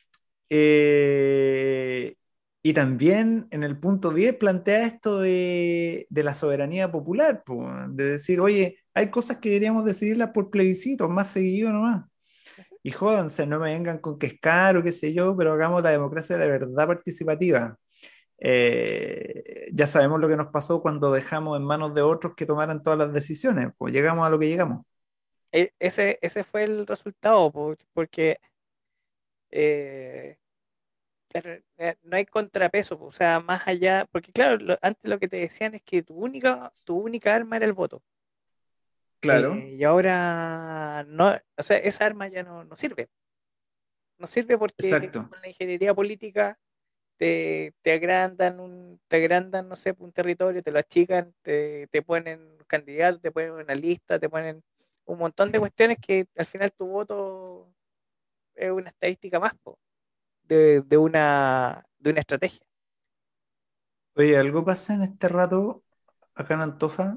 Eh, y también en el punto diez plantea esto de, de la soberanía popular, po, de decir, oye, hay cosas que deberíamos decidirlas por plebiscito, más seguido nomás. Y jódanse, no me vengan con que es caro, qué sé yo, pero hagamos la democracia de verdad participativa. Eh, ya sabemos lo que nos pasó cuando dejamos en manos de otros que tomaran todas las decisiones, pues llegamos a lo que llegamos. E- ese, ese fue el resultado, po, porque eh, claro, eh, no hay contrapeso, po, o sea, más allá, porque claro, lo- antes lo que te decían es que tu única, tu única arma era el voto. Claro, Eh, y ahora no, o sea, esa arma ya no, no sirve. No sirve porque exacto, con la ingeniería política te, te agrandan un, te agrandan, no sé, un territorio, te lo achican, te, te ponen candidatos, te ponen una lista, te ponen un montón de cuestiones que al final tu voto es una estadística más, po, de, de una, de una estrategia. oye, algo pasa en este rato acá en Antofa,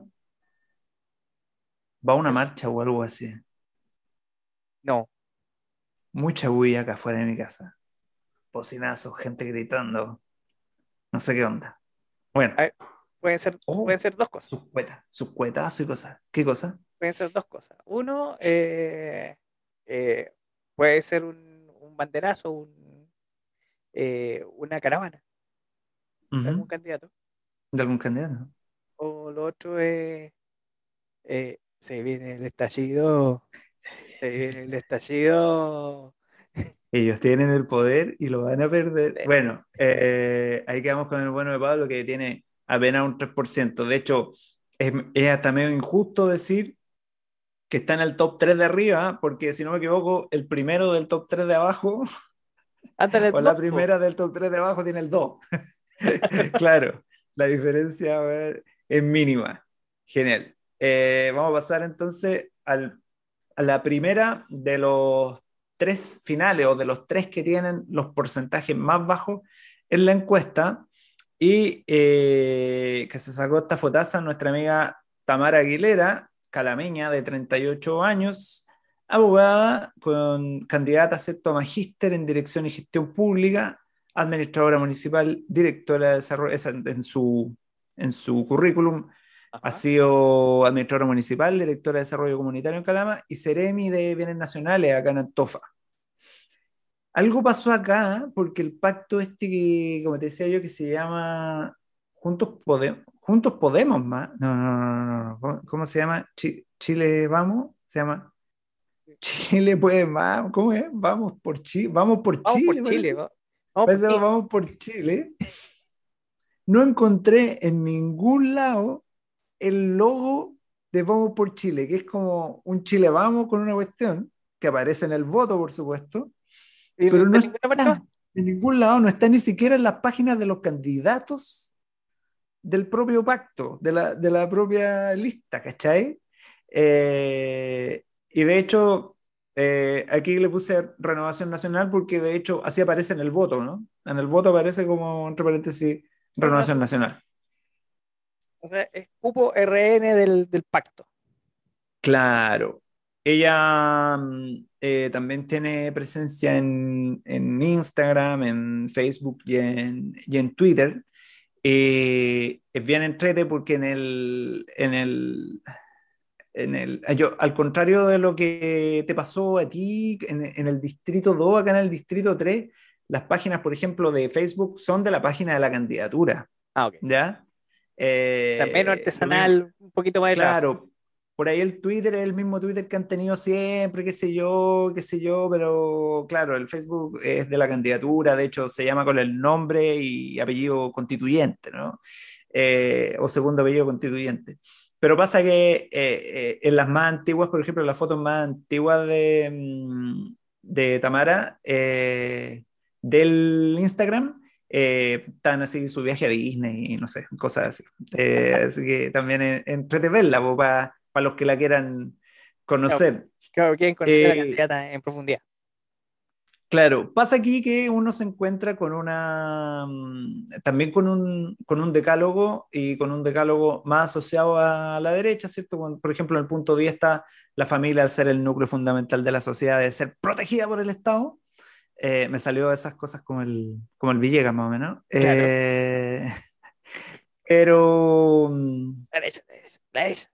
va una marcha o algo así. No, Mucha bulla acá afuera de mi casa. Bocinazos, gente gritando. No sé qué onda. Bueno. a ver, pueden ser, pueden Oh, ser dos cosas. sus cuetas, sus cuetazos y cosas. ¿Qué cosa? Pueden ser dos cosas. Uno, eh, eh, puede ser un, un banderazo, un, eh, una caravana de algún Ujú. candidato. ¿De algún candidato? O lo otro es, eh, se viene el estallido, se viene el estallido. Ellos tienen el poder y lo van a perder. Bueno, eh, ahí quedamos con el bueno de Pablo que tiene apenas un tres por ciento. De hecho, es, es hasta medio injusto decir que está en el top tres de arriba, porque si no me equivoco, el primero del top tres de abajo Anda en el o dos, la po. primera del top tres de abajo tiene el dos. Claro, la diferencia a ver, es mínima. Genial. Eh, vamos a pasar entonces al, a la primera de los tres finales o de los tres que tienen los porcentajes más bajos en la encuesta y eh, que se sacó esta fotaza nuestra amiga Tamara Aguilera, calameña de treinta y ocho años, abogada con candidata, ¿cierto?, a magíster en Dirección y Gestión Pública, administradora municipal, directora de desarrollo, esa en su, en su currículum ha Ajá. sido administradora municipal, directora de desarrollo comunitario en Calama y Seremi de Bienes Nacionales acá en Antofa. Algo pasó acá porque el pacto este que, como te decía yo, que se llama Juntos Podemos, Juntos Podemos más, no, no, no, no, no, ¿cómo cómo se llama? Chi- Chile Vamos, se llama Chile Puede Más, ¿cómo es? Vamos por Chile, vamos por Vamos por Chile, Chile, parece. va- vamos por Parece que Chile. vamos por Chile. No encontré en ningún lado el logo de Vamos por Chile, que es como un Chile Vamos con una cuestión que aparece en el voto, por supuesto, ¿Y no pero no está en ninguna parte más? está en ningún lado, no está ni siquiera en las páginas de los candidatos del propio pacto, de la, de la propia lista, ¿cachai? Eh, y de hecho, eh, aquí le puse Renovación Nacional porque de hecho así aparece en el voto, ¿no? En el voto aparece como, entre paréntesis, Renovación Renovación. Nacional. O sea, es cupo R N del, del pacto. Claro. Ella mm, eh, también tiene presencia en, en Instagram, en Facebook y en, y en Twitter. Eh, es bien entrete porque en el, en el, en el, ah, yo, al contrario de lo que te pasó a ti en, en el distrito dos, acá en el distrito tres, las páginas, por ejemplo, de Facebook son de la página de la candidatura, Ah, ok. ¿ya? Está menos Eh, lo mismo, artesanal, un poquito más de trabajo. claro, por ahí el Twitter es el mismo Twitter que han tenido siempre, qué sé yo, qué sé yo, pero claro, el Facebook es de la candidatura, de hecho se llama con el nombre y apellido constituyente, ¿no? Eh, o segundo apellido constituyente. Pero pasa que eh, eh, en las más antiguas, por ejemplo, en las fotos más antiguas de, mm, de Tamara, eh, del Instagram, eh, están así su viaje a Disney y no sé, cosas así. Eh, así que también en- entrete verla para los que la quieran Claro, conocer. claro, quieren conocer a la Eh, candidata en profundidad. Claro, pasa aquí que uno se encuentra con una, mm, también con un, con un decálogo y con un decálogo más asociado a la derecha, ¿cierto? Cuando, por ejemplo, en el punto diez está la familia al ser el núcleo fundamental de la sociedad, de ser protegida por el Estado. Eh, me salió esas cosas como el, como el Villegas, más o menos. Claro. Eh, pero, mm, La derecha, la derecha, la derecha.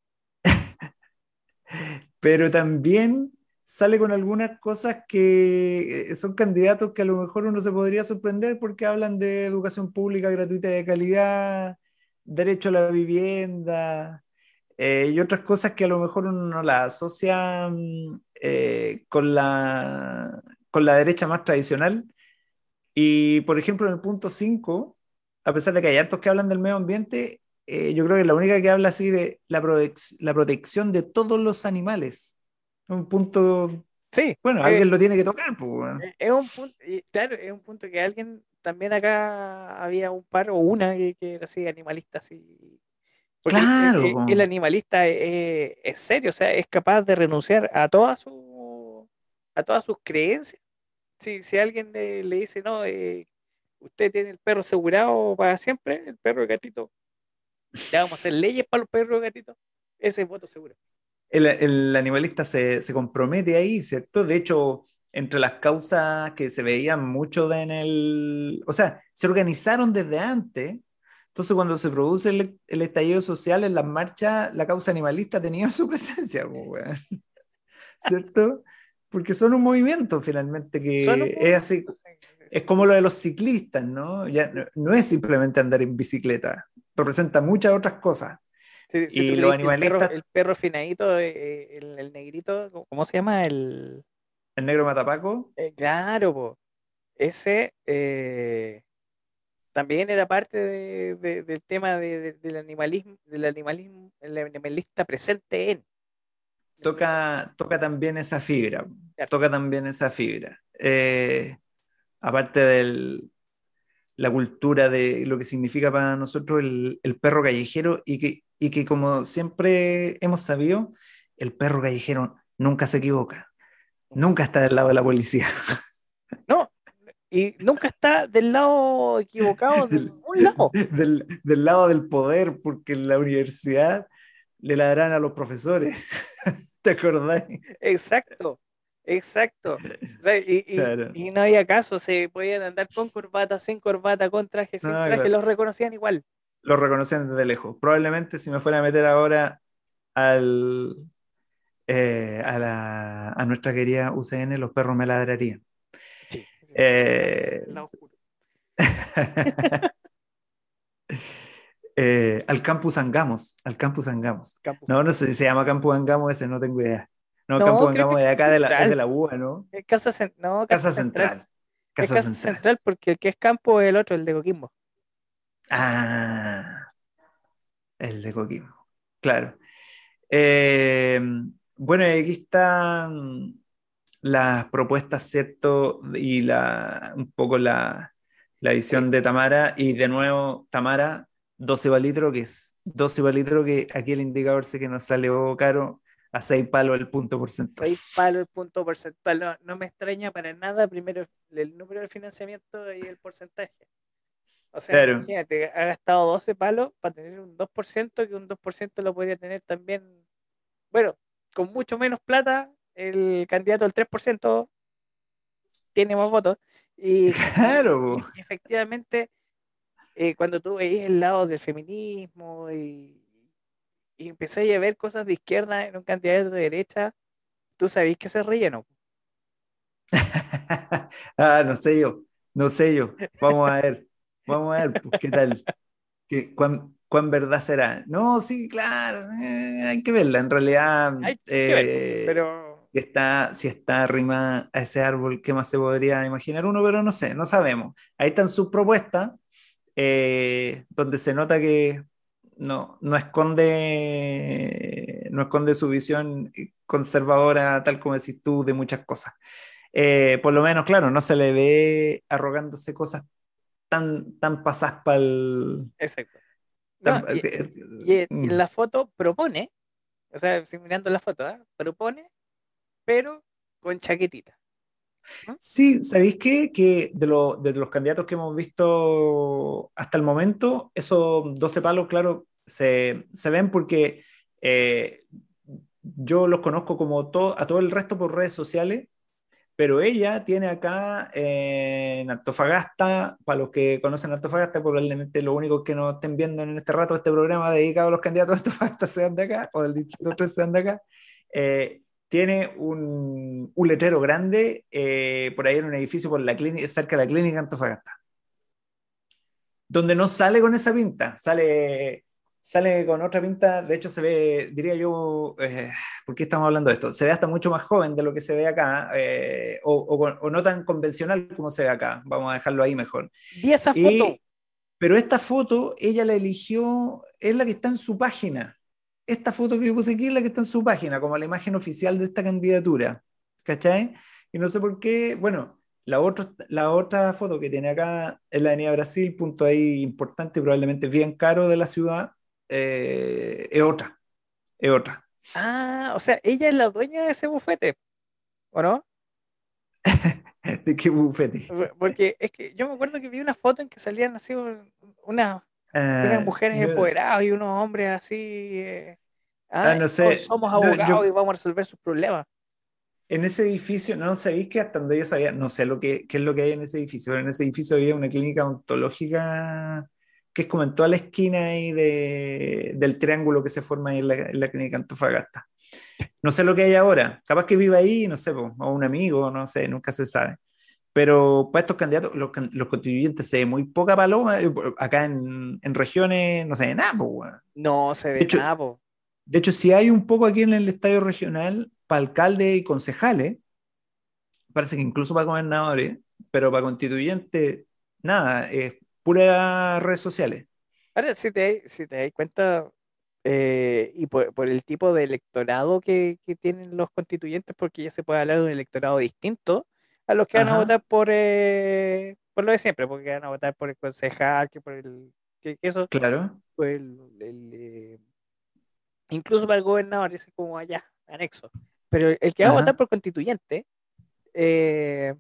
pero también sale con algunas cosas que eh, son candidatos que a lo mejor uno se podría sorprender porque hablan de educación pública gratuita y de calidad, derecho a la vivienda eh, y otras cosas que a lo mejor uno no las asocia mm, eh, con la, con la derecha más tradicional. Y por ejemplo, en el punto cinco, a pesar de que hay hartos que hablan del medio ambiente, eh, yo creo que la única que habla así de la, protec- la protección de todos los animales. Un punto, Sí, bueno, eh, alguien lo tiene que tocar, pues, weón. eh, es un punto, y claro, es un punto que alguien, también acá había un par o una que, que era así animalista, así. Porque el, el- Claro, el- po. el animalista es, es serio, o sea, es capaz de renunciar a todas su, a todas sus creencias. Si, si alguien le, le dice, no, eh, usted tiene el perro asegurado para siempre, el perro y el gatito, ya vamos a hacer leyes para los perros y gatitos, ese es voto seguro. El, el animalista se, se compromete ahí, ¿cierto? De hecho, entre las causas que se veían mucho de en el... O sea, se organizaron desde antes. Entonces, cuando se produce el, el estallido social en las marchas, la causa animalista tenía su presencia, po, weón, ¿cierto? Porque son un movimiento finalmente Son un que es así, movimiento. Sí, sí, es sí. como lo de los ciclistas, ¿no? Ya no, no es simplemente andar en bicicleta, representa muchas otras cosas. Si, si tú Y los crees que el perro, animalistas, el perro afinadito, eh, el, el negrito, ¿cómo cómo se llama? El, el negro matapaco, eh, claro, po, ese eh, también era parte de- de- del tema de- de- del animalismo, del animalismo, el animalista presente en. toca, toca también esa fibra, Claro. toca también esa fibra. Eh, aparte de la cultura de lo que significa para nosotros el, el perro callejero y que, y que como siempre hemos sabido, el perro callejero nunca se equivoca, nunca está del lado de la policía, No, y nunca está del lado equivocado de del, ningún lado. del, del lado del poder, porque en la universidad le ladran a los profesores. ¿Te acordás? Exacto, exacto. O sea, y, y- Claro. y no había caso, se podían andar con corbata, sin corbata, con traje, No, sin traje, claro. los reconocían igual. Lo reconocían desde lejos. Probablemente si me fuera a meter ahora al, eh, a, la, a nuestra querida U C N, los perros me ladrarían. Sí, sí, está en Eh, el lado oscuro. eh, al Campus Angamos, al Campus Angamos. Campus No, no Angamos. sé si se llama Campus Angamos, ese no tengo idea. No, No, Campus creo que Angamos es de Casa acá de la, es de Central. la U A, ¿no? Es casa cen- no, Casa Casa Central. Central, Es Casa Casa Central. Central porque el que es campo es el otro, el de Coquimbo. Ah, el de Coquimbo, claro. Eh, bueno, y aquí están las propuestas, ¿cierto? Y la, un poco la, la Oye, visión de Tamara. Y de nuevo, Tamara, doce litro, que es doce litro, que aquí el indicador sé que nos salió caro a seis palos el punto porcentual. seis palos el punto porcentual. No, no me extraña para nada, primero el número de financiamiento y el porcentaje. O sea, Claro. imagínate, ha gastado doce palos para tener un dos por ciento, que un dos por ciento lo podría tener también, bueno, con mucho menos plata, el candidato del tres por ciento tiene más votos. Y, y- Claro, y efectivamente, eh, cuando tú veis el lado del feminismo y, y empezáis a ver cosas de izquierda en un candidato de derecha, tú sabéis que se relleno. ah, no sé yo, no sé yo. Vamos a ver, vamos a ver, pues, qué tal, qué, cuán, cuán verdad será. No, sí, claro, eh, hay que verla. En realidad, Hay, hay que ver, po, eh, pero si está, si está arrima a ese árbol, ¿qué más se podría imaginar uno? Pero no sé, no sabemos. Ahí están sus propuestas, eh, donde se nota que no, no esconde, no esconde su visión conservadora, tal como decís tú, de muchas cosas. Eh, por lo menos, claro, no se le ve arrogándose cosas tan, tan pasadas para el... exacto. No, tan- y, eh, y en mm. en la foto propone, o sea, si mirando la foto, ¿ah? Propone, pero con chaquetita. ¿Mm? Sí, ¿sabéis qué? Que de, lo- de los candidatos que hemos visto hasta el momento, esos doce palos, claro, se, se ven porque eh, yo los conozco como to- a todo el resto por redes sociales. Pero ella tiene acá eh, en Antofagasta, para los que conocen Antofagasta, probablemente lo único que nos estén viendo en este rato, este programa dedicado a los candidatos de Antofagasta sean de acá, o del Distrito tres sean de acá, eh, tiene un, un letrero grande eh, por ahí en un edificio por la clínica, cerca de la clínica Antofagasta, donde no sale con esa pinta, sale, sale con otra pinta, de hecho se ve, diría yo, eh, ¿por qué estamos hablando de esto? Se ve hasta mucho más joven de lo que se ve acá, eh, o, o, o, no tan convencional como se ve acá, vamos a dejarlo ahí mejor. Vi esa foto. Y, pero esta foto, ella la eligió, es la que está en su página. Esta foto que yo puse aquí es la que está en su página, como la imagen oficial de esta candidatura. ¿Cachai? Y no sé por qué, bueno, la otra, la otra foto que tiene acá es la Avenida Brasil, punto ahí importante, probablemente bien caro de la ciudad, eh, es otra, es otra. Ah, o sea, ella es la dueña de ese bufete, ¿o no? ¿De qué bufete? Por- Porque es que yo me acuerdo que vi una foto en que salían así un- una, unas Ah, mujeres no, empoderadas y unos hombres así. eh, ah, ah, no hoy sé, somos no, abogados y yo vamos a resolver sus problemas. en ese edificio, no sabéis que hasta donde yo sabía, no sé lo que, qué es lo que hay en ese edificio, pero en ese edificio había una clínica odontológica que es como en toda la esquina ahí de, del triángulo que se forma ahí en la, en la clínica Antofagasta. No sé lo que hay ahora, capaz que vive ahí, no sé, po, o un amigo, no sé, nunca se sabe. Pero para estos candidatos, los, can- los constituyentes se ve muy poca paloma, eh, acá en, en regiones, no sé, nada, po, weón. No se De ve hecho, nada, po. de hecho, si hay un poco aquí en el estadio regional para alcalde y concejales, parece que incluso para gobernadores, pero para constituyentes, nada, es pura redes sociales. Ahora, si te, si te das cuenta, eh, y por, por el tipo de electorado que, que tienen los constituyentes, porque ya se puede hablar de un electorado distinto a los que van a Ajá, votar por, eh, por lo de siempre, porque van a votar por el concejal, que por el, que, que eso, claro. pues el, el, eh, incluso para el gobernador, ese es como allá, anexo. Pero el que va a votar Ajá. por constituyente, eh,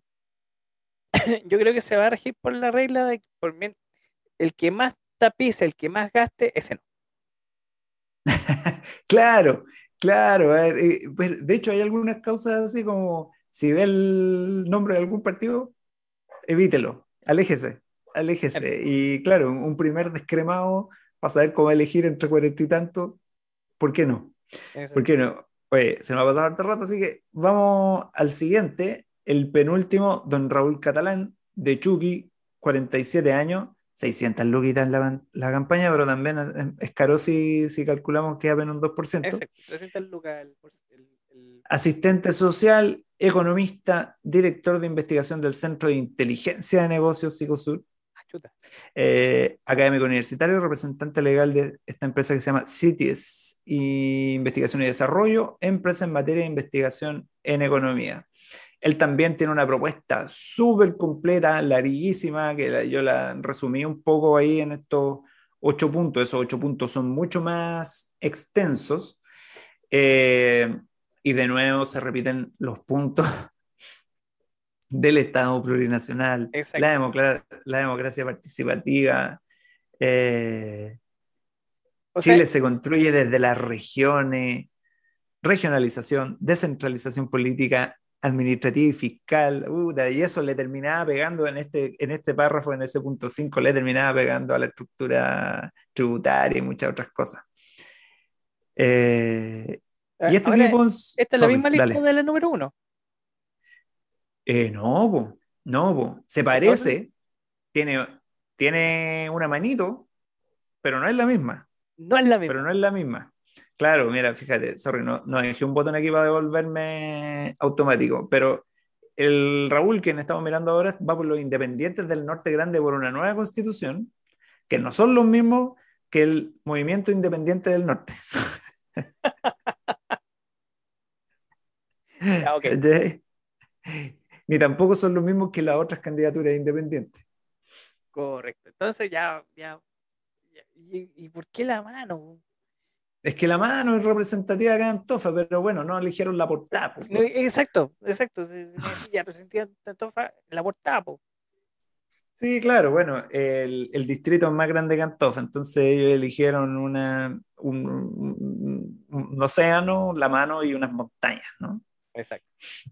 yo creo que se va a regir por la regla de por mien- el que más tapice, el que más gaste, ese no. Claro, Claro, a ver, eh, pero de hecho hay algunas causas así como, si ve el nombre de algún partido, evítelo, aléjese, Claro, aléjese. Y claro, un un primer descremado para saber cómo elegir entre cuarenta y tanto, ¿por qué no? ¿Por exacto. qué no? Oye, se me va a pasar harto rato, así que vamos al siguiente, el penúltimo, don Raúl Catalán, de Chucky, cuarenta y siete años, seiscientas luquitas en la, la campaña, pero también es, es caro si, si calculamos que es apenas un dos por ciento. Exacto. trescientas lucas el, por- el, el- Asistente social, economista, director de investigación del Centro de Inteligencia de Negocios Psicosur, ah, chuta. eh, académico universitario, representante legal de esta empresa que se llama CITES, y Investigación y Desarrollo, empresa en materia de investigación en economía. Él también tiene una propuesta súper completa, larguísima, que la- yo la resumí un poco ahí en estos ocho puntos. Esos ocho puntos son mucho más extensos. eh, y de nuevo se repiten los puntos del Estado plurinacional, la, Exacto. democra- la democracia participativa. eh, O sea, Chile se construye desde las regiones, regionalización, descentralización política, administrativa y fiscal, puta, y eso le terminaba pegando en este, en este párrafo, en ese punto cinco le terminaba pegando a la estructura tributaria y muchas otras cosas. Eh, eh, y este ahora, tipo, es- esta es la no, sí, misma lista dale. de la número uno. Eh, no, po, no, po. Se Entonces, parece, tiene, tiene una manito, pero no es la misma, no es la pero misma. no es la misma. Claro, mira, fíjate, sorry, no, no dejé un botón aquí para devolverme automático, pero el Raúl, quien estamos mirando ahora, va por los independientes del Norte Grande por una nueva constitución, que no son los mismos que el movimiento independiente del Norte. Ya, ok, ¿Cachai? Ni tampoco son los mismos que las otras candidaturas independientes. correcto. Entonces ya, ya, ya. ¿Y, y por qué la mano? Es que la mano es representativa acá en Antofa, pero bueno, no eligieron la portada, po. No, exacto, exacto. Si si me decía, ya presenté tanto la portada, po. Sí, claro, bueno, el, el distrito es más grande que Antofa, entonces ellos eligieron una, un, un- un océano, la mano y unas montañas, ¿no? Exacto.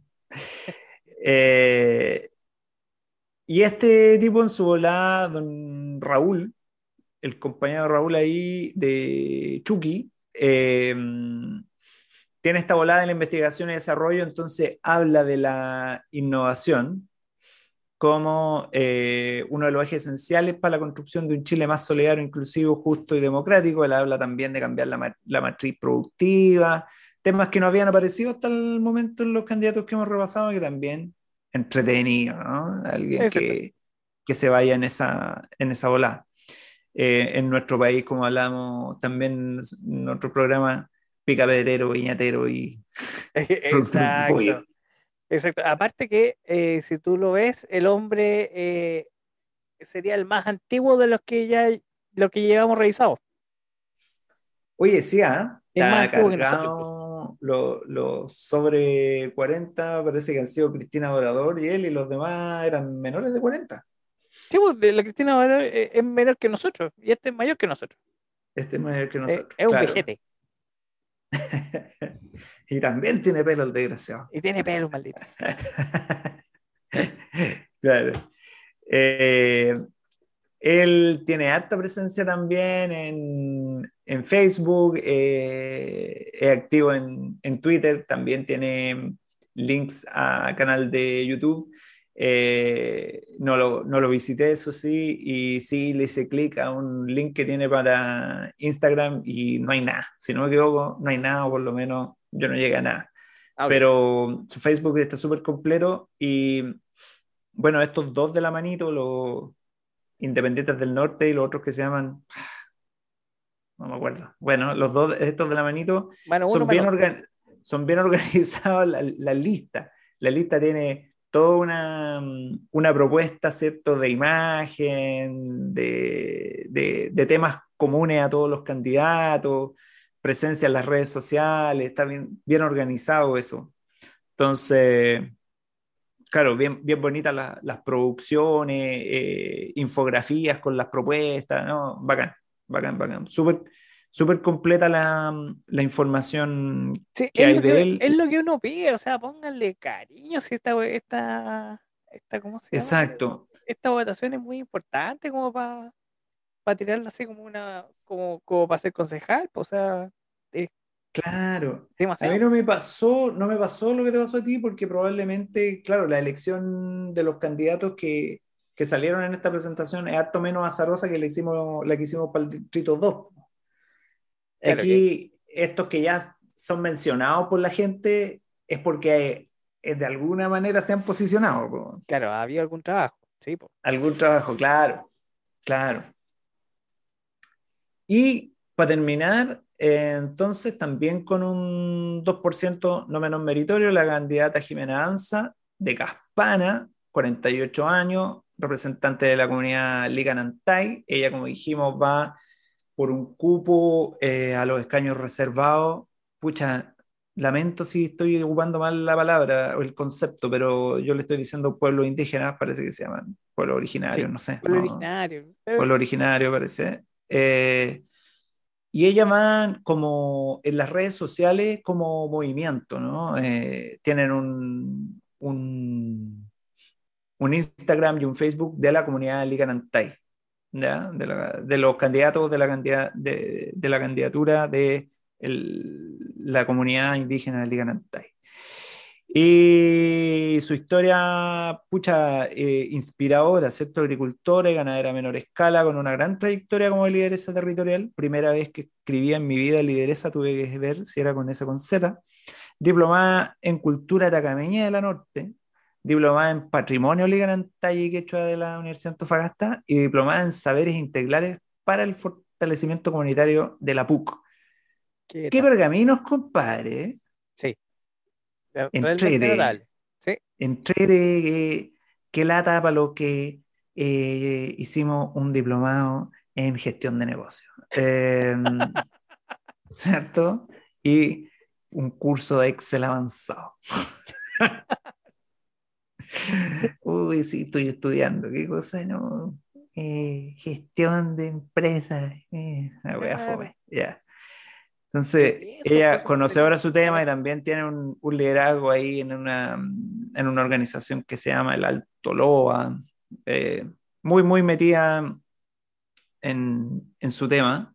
Eh, y este tipo en su volada, don Raúl, el compañero Raúl ahí de Chucky, eh, tiene esta volada en la investigación y desarrollo, entonces habla de la innovación como eh, uno de los ejes esenciales para la construcción de un Chile más solidario, inclusivo, justo y democrático. Él habla también de cambiar la, ma- la matriz productiva, temas que no habían aparecido hasta el momento en los candidatos que hemos repasado, que también entretenido, ¿no? Alguien Exacto. que, que se vaya en esa, en esa ola. Eh, en nuestro país, como hablamos también en otro programa, pica pedrero, viñatero y productor de pollo. Exacto. Exacto. Aparte que eh, si tú lo ves, el hombre eh, sería el más antiguo de los que ya los que llevamos revisados. Oye, sí, ¿ah? Es más Está antiguo que nosotros incluso. cargado los lo sobre cuarenta, parece que han sido Cristina Dorador y él, y los demás eran menores de cuarenta. Sí, pues, de la Cristina Valor es, es menor que nosotros y este es mayor que nosotros. Este es mayor que Eh, nosotros, es un claro. vejete Y también tiene pelo el desgraciado. y tiene pelo, maldito. Claro. Eh, Él tiene harta presencia también en, en Facebook, eh, es activo en, en Twitter, también tiene links a canal de YouTube. Eh, no lo, no lo visité, eso sí, y sí le hice clic a un link que tiene para Instagram y no hay nada. Si no me equivoco, no hay nada, o por lo menos yo no llegué a nada. Ah, ok. Pero su Facebook está súper completo y bueno, estos dos de la manito, los Independientes del Norte y los otros que se llaman, no me acuerdo. Bueno, los dos, estos de la manito, Mano uno, son bien, mano dos. organ, son bien organizados la, la, lista. La lista tiene toda una, una propuesta, ¿cierto?, de imagen, de, de, de temas comunes a todos los candidatos, presencia en las redes sociales, está bien, bien organizado eso. Entonces, claro, bien, bien bonitas la- las producciones, eh, infografías con las propuestas, ¿no? Bacán, bacán, bacán. Súper, súper completa la, la información Sí, que es hay lo de que, él. es lo que uno pide, o sea, pónganle cariño si esta, we- esta, esta, ¿cómo se llama? Exacto, Esta votación es muy importante como para tirarla así como una, como, como para ser concejal, pues, o sea, es claro. A mí demasiado. no me pasó, no me pasó lo que te pasó a ti, porque probablemente, claro, la elección de los candidatos que, que salieron en esta presentación es harto menos azarosa que la, hicimos, la que hicimos para el Distrito dos. Claro que, Aquí, estos que ya son mencionados por la gente es porque eh, de alguna manera se han posicionado, po. claro, había algún trabajo, sí, pues. Algún trabajo, claro, claro. Y para terminar, eh, entonces también con un dos por ciento no menos meritorio, la candidata Jimena Anza, de Caspana, cuarenta y ocho años, representante de la comunidad Liganantay. Ella, como dijimos, va por un cupo eh, a los escaños reservados. Pucha, lamento si estoy ocupando mal la palabra o el concepto, pero yo le estoy diciendo pueblos indígenas, parece que se llaman pueblos Sí, originarios, no sé, fue el no, originario. Pero, pueblo originario parece. Eh, y ella va como en las redes sociales como movimiento, ¿no? Eh, tienen un, un, un Instagram y un Facebook de la comunidad Liganantay, ¿ya? De, la- de los candidatos de la, candida- de, de la candidatura de el- la comunidad indígena Liganantay. Y su historia, pucha, eh, inspiradora, ¿cierto? Agricultora y ganadera a menor escala, con una gran trayectoria como lideresa territorial. Primera vez que escribía en mi vida lideresa, tuve que ver si era con S con Z. Diplomada en cultura atacameña de la Norte, diplomada en patrimonio Liganantay y Quechua de la Universidad de Antofagasta y diplomada en saberes integrales para el fortalecimiento comunitario de la P U C. ¿qué ¡Qué tal? pergaminos, compadre! Sí, de- realmente Entrete. notable. Sí, Entrete, qué, qué lata para lo que eh, hicimos un diplomado en gestión de negocios. Eh, ¿cierto? Y un curso de Excel avanzado. Uy, sí, estoy estudiando. ¿Qué cosa? No. Eh, gestión de empresas. Eh, una wea claro. fome. Ya. Es Entonces, eso, pues ella eso conoce tenía ahora que su tema y saber. también tiene un, un liderazgo ahí en una, en una organización que se llama el Alto Loa. eh, muy, muy metida en, en su tema.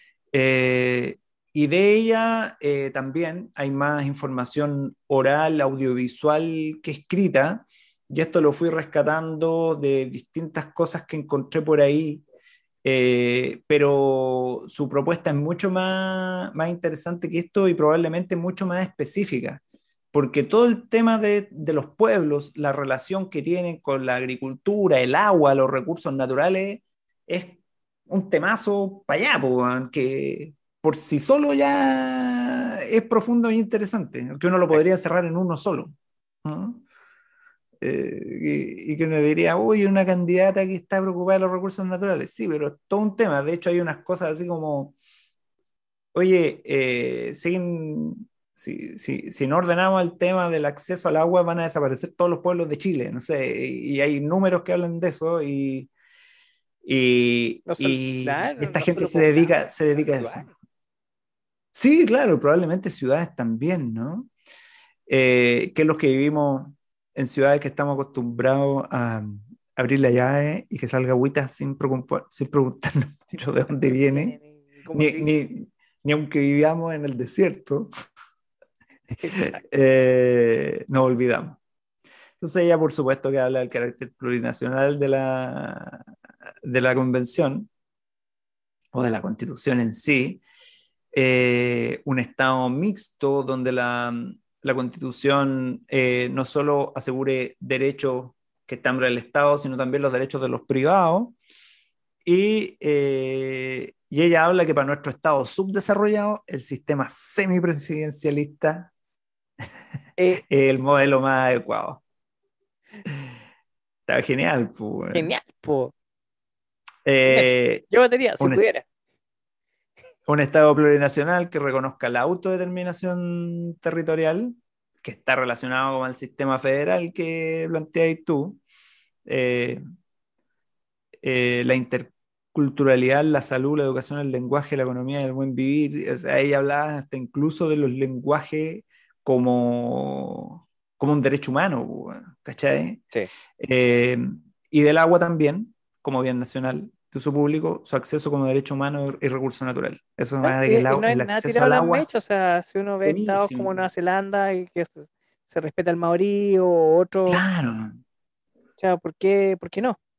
Eh, y de ella eh, también hay más información oral, audiovisual que escrita, y esto lo fui rescatando de distintas cosas que encontré por ahí, eh, pero su propuesta es mucho más, más interesante que esto y probablemente mucho más específica, porque todo el tema de, de los pueblos, la relación que tienen con la agricultura, el agua, los recursos naturales, es un temazo para allá, po, weón, que por sí solo ya es profundo e interesante, que uno lo Sí. podría cerrar en uno solo, ¿no? Eh, y, y que uno diría, uy, una candidata que está preocupada de los recursos naturales. Sí, pero es todo un tema. De hecho, hay unas cosas así como, oye, eh, sin, si, si, si no ordenamos el tema del acceso al agua, van a desaparecer todos los pueblos de Chile. No sé, y, y hay números que hablan de eso y, y, No solo, y claro, esta no gente solo se poblados, dedica, se sino dedica a eso. ciudades. Sí, claro, probablemente ciudades también, ¿no? Eh, que los que vivimos en ciudades que estamos acostumbrados a abrir la llave y que salga agüita sin, preocupar, sin preguntarnos Sin mucho de preguntar dónde de dónde viene, vienen y cómo ni, se... ni, ni aunque vivamos en el desierto, Exacto. eh, nos olvidamos. Entonces ella, por supuesto, que habla del carácter plurinacional de la, de la convención o de la constitución en sí, eh, un Estado mixto donde la, la Constitución eh, no solo asegure derechos que están para el Estado, sino también los derechos de los privados. Y, eh, y ella habla que para nuestro Estado subdesarrollado, el sistema semipresidencialista Eh, es el modelo más adecuado. Está genial, pues. genial, po. Genial. Eh, Yo batería, si un, pudiera. un Estado plurinacional que reconozca la autodeterminación territorial, que está relacionado con el sistema federal que planteáis tú, eh, eh, la culturalidad, la salud, la educación, el lenguaje, la economía y el buen vivir. O sea, ella hablaba hasta incluso de los lenguajes como, como un derecho humano, weón, ¿cachai? Sí. Eh, y del agua también, como bien nacional de uso público, su acceso como derecho humano y recurso natural. Eso ¿No? va de que el, Y, y au- no es el nada acceso tirado a al los agua mechos, o es sea, si uno ve estados como buenísimo. Nueva Zelanda y que se, se respeta el maorí o otro, o Claro, sea, ¿por qué, por qué no?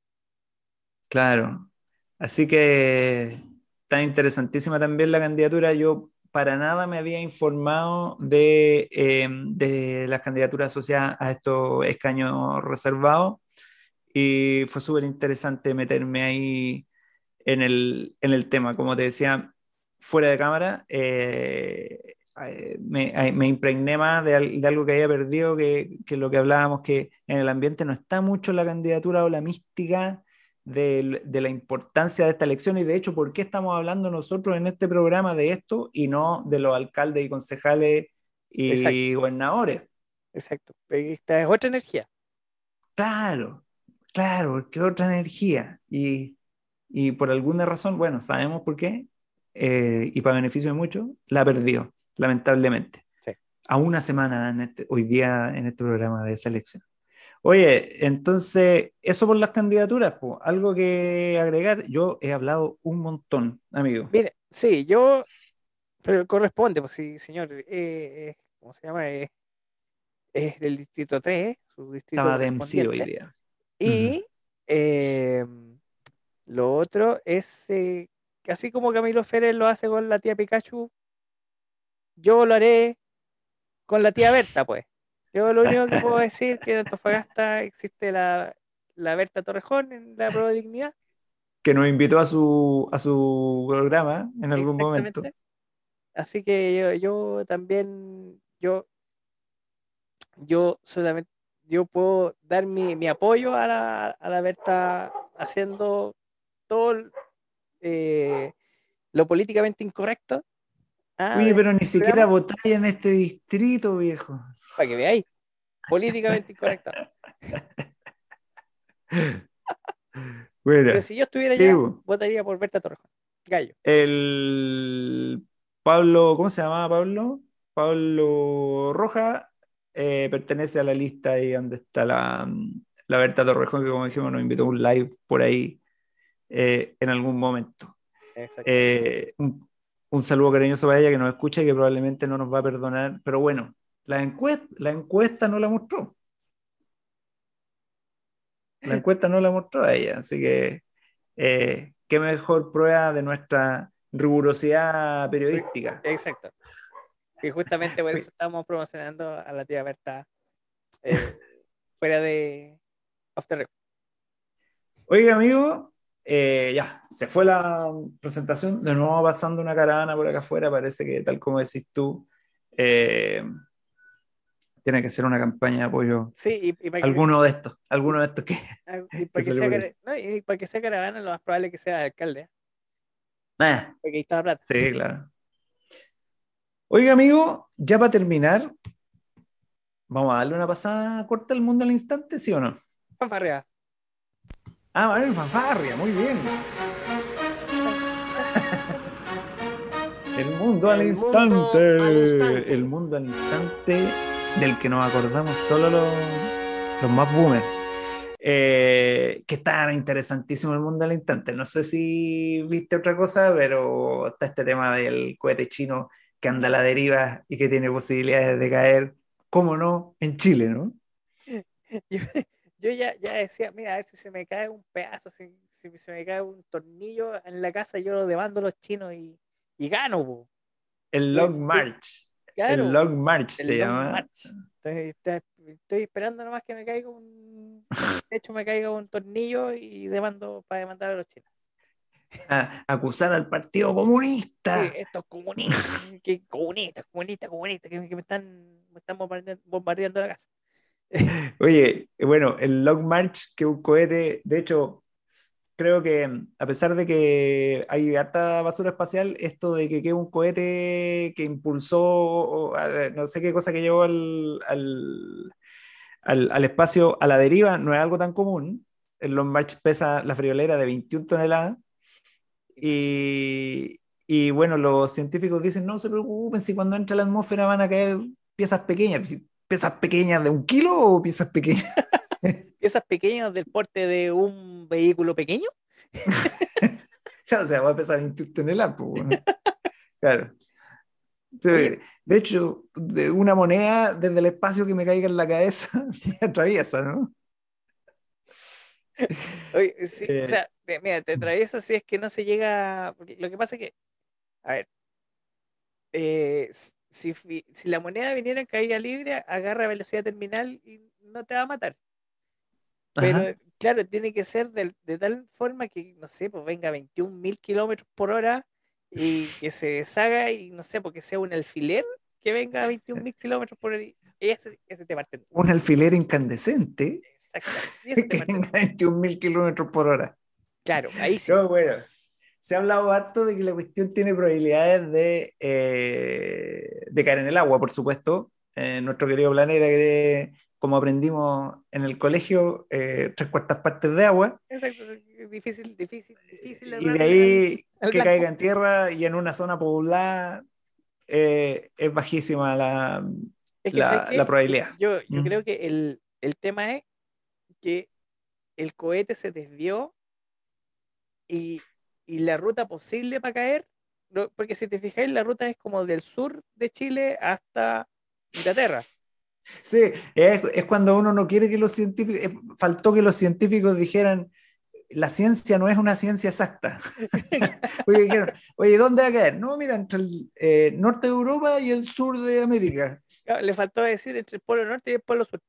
claro. Así que está interesantísima también la candidatura. Yo para nada me había informado de, eh, de las candidaturas asociadas a estos escaños reservados y fue súper interesante meterme ahí en el, en el tema. Como te decía, fuera de cámara, eh, eh, me, eh, me impregné más de, al- de algo que había perdido, que, que lo que hablábamos, que en el ambiente no está mucho la candidatura o la mística del- de, la importancia de esta elección y de hecho, ¿por qué estamos hablando nosotros en este programa de esto y no de los alcaldes y concejales Exacto, y gobernadores? exacto. Esta es otra energía. Claro, claro, porque otra energía. Y, y por alguna razón, bueno, sabemos por qué, eh, y para beneficio de muchos, la perdió, lamentablemente. Sí. A una semana en este- hoy día en este programa de selección. Oye, entonces, eso por las candidaturas, po. Algo que agregar. Yo he hablado un montón, amigo. Mire, sí, yo, pero corresponde, pues sí, señor, eh, eh, ¿cómo se llama? Eh, es del distrito tres, su distrito Estaba de M C hoy correspondiente. día. Ujú. Y eh, lo otro es, eh, que así como Camilo Férez lo hace con la tía Pikachu, yo lo haré con la tía Berta, pues. Yo lo único que puedo decir que en Antofagasta existe la, la Berta Torrejón en la prueba de dignidad. Que nos invitó a su, a su programa en algún momento. Exactamente. Así que yo, yo también, yo, yo solamente, yo puedo dar mi, mi apoyo a la, a la Berta haciendo todo eh, lo políticamente incorrecto. Ah, Oye, de pero ni este siquiera programa, votáis en este distrito, viejo. para que veáis, políticamente incorrecto. Pero Bueno, si yo estuviera sí, allá, bo. votaría por Berta Torrejón. Gallo. El Pablo, ¿cómo se llamaba Pablo? Pablo Roja eh, pertenece a la lista ahí donde está la, la Berta Torrejón, que como dijimos nos invitó a un live por ahí eh, en algún momento. Exactamente. Eh, un, un saludo cariñoso para ella que nos escucha y que probablemente no nos va a perdonar, pero bueno, la encuesta, la encuesta no la mostró. La encuesta no la mostró a ella, así que eh, qué mejor prueba de nuestra rigurosidad Ri- periodística. Exacto. Y justamente por eso Oye, estamos promocionando a la tía Berta eh, fuera de Off the Record. oiga, amigo, eh, ya, se fue la presentación, de nuevo pasando una caravana por acá afuera, parece que tal como decís tú, eh, tiene que ser una campaña de apoyo. Sí, y, y para que, Alguno de estos, y, alguno de estos que, ah, y que para que salió sea, por ahí. cara- no, y para que sea caravana, lo más probable es que sea alcalde, ¿eh? Ah, Porque ahí está la plata. sí, claro. Oiga, amigo, ya para terminar, vamos a darle una pasada corta al mundo al instante, ¿sí o no? Vamos arriba. Ah, vale, fanfarria, muy bien. Tan, tan, tan. El mundo al El mundo al instante. El instante. mundo al instante del que nos acordamos solo los, los más boomers. Eh, que está interesantísimo el mundo al instante. No sé si viste otra cosa, pero está este tema del cohete chino que anda a la deriva y que tiene posibilidades de caer, cómo no, en Chile, ¿no? Yo, yo ya, ya decía, mira, a ver si se me cae un pedazo, si, si se me cae un tornillo en la casa, yo lo demando a los chinos y, y gano, po. El Estoy, Long estoy- March. El claro, Long March se el Long llama. March. Entonces, está- estoy esperando nomás que me caiga un, de hecho me caiga un tornillo y demando para demandar a los chinos. A acusar al Partido Sí, Comunista. estos comunistas, que comunistas, comunistas, comunistas, que, que me están, me están bombardeando, bombardeando la casa. Oye, bueno, el Long March, que un cohete, de hecho, creo que mm, a pesar de que hay harta basura espacial, esto de que quede un cohete que impulsó, o, a- no sé qué cosa que llevó al, al, al, al espacio a la deriva, no es algo tan común. El Long March pesa la friolera de veintiuna toneladas Y, y bueno, los científicos dicen, no se preocupen si cuando entra a la atmósfera van a caer piezas pequeñas. Si- ¿Piezas pequeñas de un kilo o piezas pequeñas? Piezas pequeñas del porte de un vehículo pequeño. O sea, va a pesar veintiún toneladas, pues, bueno. Claro. Oye, De de hecho, de una moneda desde el espacio que me caiga en la cabeza me atraviesa, ¿no? oye, sí, o Eh, sea, te- mira, te atraviesa si es que no se llega, porque lo que pasa es que, a ver, eh, s- si, fi- si la moneda viniera en caída libre, agarra velocidad terminal y no te va a matar. Pero ajá. claro, tiene que ser del- de, tal forma que, no sé, pues venga a veintiún mil kilómetros por hora y que se deshaga y no sé, porque sea un alfiler que venga a veintiún mil kilómetros por hora y ese, ese te parte en dos. Un alfiler incandescente Exactamente. Y ese te que parte en venga dos. a veintiún mil kilómetros por hora. Claro, ahí sí. No, bueno, se ha hablado harto de que la cuestión tiene probabilidades de, eh, de caer en el agua, por supuesto. En nuestro querido planeta, que como aprendimos en el colegio, eh, tres cuartas partes de agua, Exacto. Es difícil, difícil, difícil y de errarle al, ahí al que blanco. caiga en tierra y en una zona poblada, eh, es bajísima la, Es que, ¿sabes la, la qué? Yo, probabilidad. yo, yo ¿Mm? creo que el, el tema es que el cohete se desvió y, y la ruta posible para caer, no- porque si te fijáis, la ruta es como del sur de Chile hasta Inglaterra. Sí, es, es cuando uno no quiere que los científicos, eh, faltó que los científicos dijeran, la ciencia no es una ciencia exacta. Porque dijeron, oye, ¿dónde va a caer? No, mira, entre el eh, norte de Europa y el sur de América. Claro, le faltó decir entre el polo norte y el polo sur.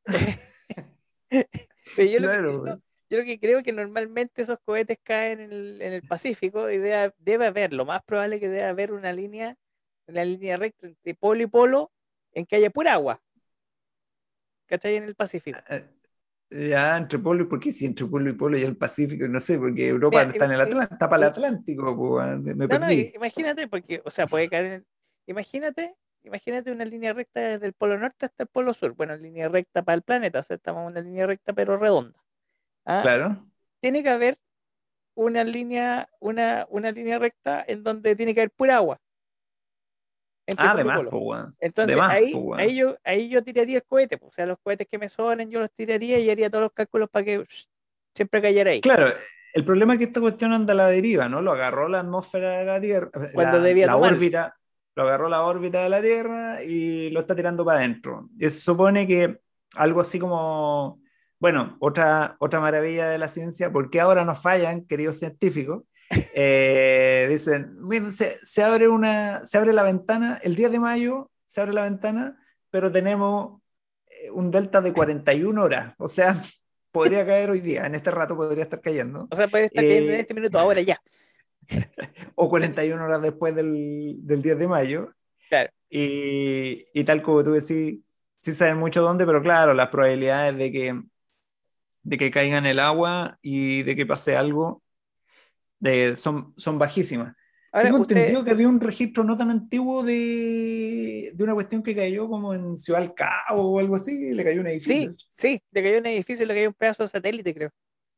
Pero yo lo que, Claro, no, güey. yo lo que creo que normalmente esos cohetes caen en el, en el Pacífico y debe, debe haber, lo más probable es que debe haber una línea, una línea recta entre polo y polo en que haya pura agua, ¿cachai? En el Pacífico. Eh, Ya, entre polo, ¿por qué si entre polo y polo y el Pacífico? No sé, porque Europa Mira, está im- en el im- Atlántico, está para el im- Atlántico, pues, me no, no, i- perdí. imagínate, porque, o sea, puede caer en, imagínate, imagínate una línea recta desde el polo norte hasta el polo sur. Bueno, línea recta para el planeta, o sea, estamos en una línea recta pero redonda. ¿Ah? Claro. Tiene que haber una línea, una, una línea recta en donde tiene que haber pura agua entre Ah, de polo y más, polo. pues, weón. De Entonces más, ahí, pues, ahí weón. yo, ahí yo tiraría el cohete, pues, o sea, los cohetes que me sobran yo los tiraría y haría todos los cálculos para que psh, siempre cayera ahí, Claro, el problema es que esta cuestión anda a la deriva, ¿no? Lo agarró la atmósfera de la Tierra, cuando la, debía la tomarlo. órbita, lo agarró la órbita de la Tierra y lo está tirando para adentro. Y se supone que algo así como, bueno, otra, otra maravilla de la ciencia, porque ahora nos fallan, queridos científicos, eh, dicen, bueno, se, se abre una, se abre la ventana, el diez de mayo se abre la ventana, pero tenemos eh, un delta de cuarenta y una horas, o sea, podría caer hoy día, en este rato podría estar cayendo, O sea, puede estar cayendo en eh, este minuto, ahora ya. o cuarenta y una horas después del, del diez de mayo, Claro. y, y tal como tú decís, sí saben mucho dónde, pero claro, las probabilidades de que, de que caiga en el agua y de que pase algo de, son, son bajísimas. Ahora, Tengo usted, entendido que había un registro no tan antiguo de, de una cuestión que cayó como en Ciudad del Cabo o algo así, le cayó un sí, edificio. sí, le cayó un edificio, le cayó un pedazo de satélite, creo.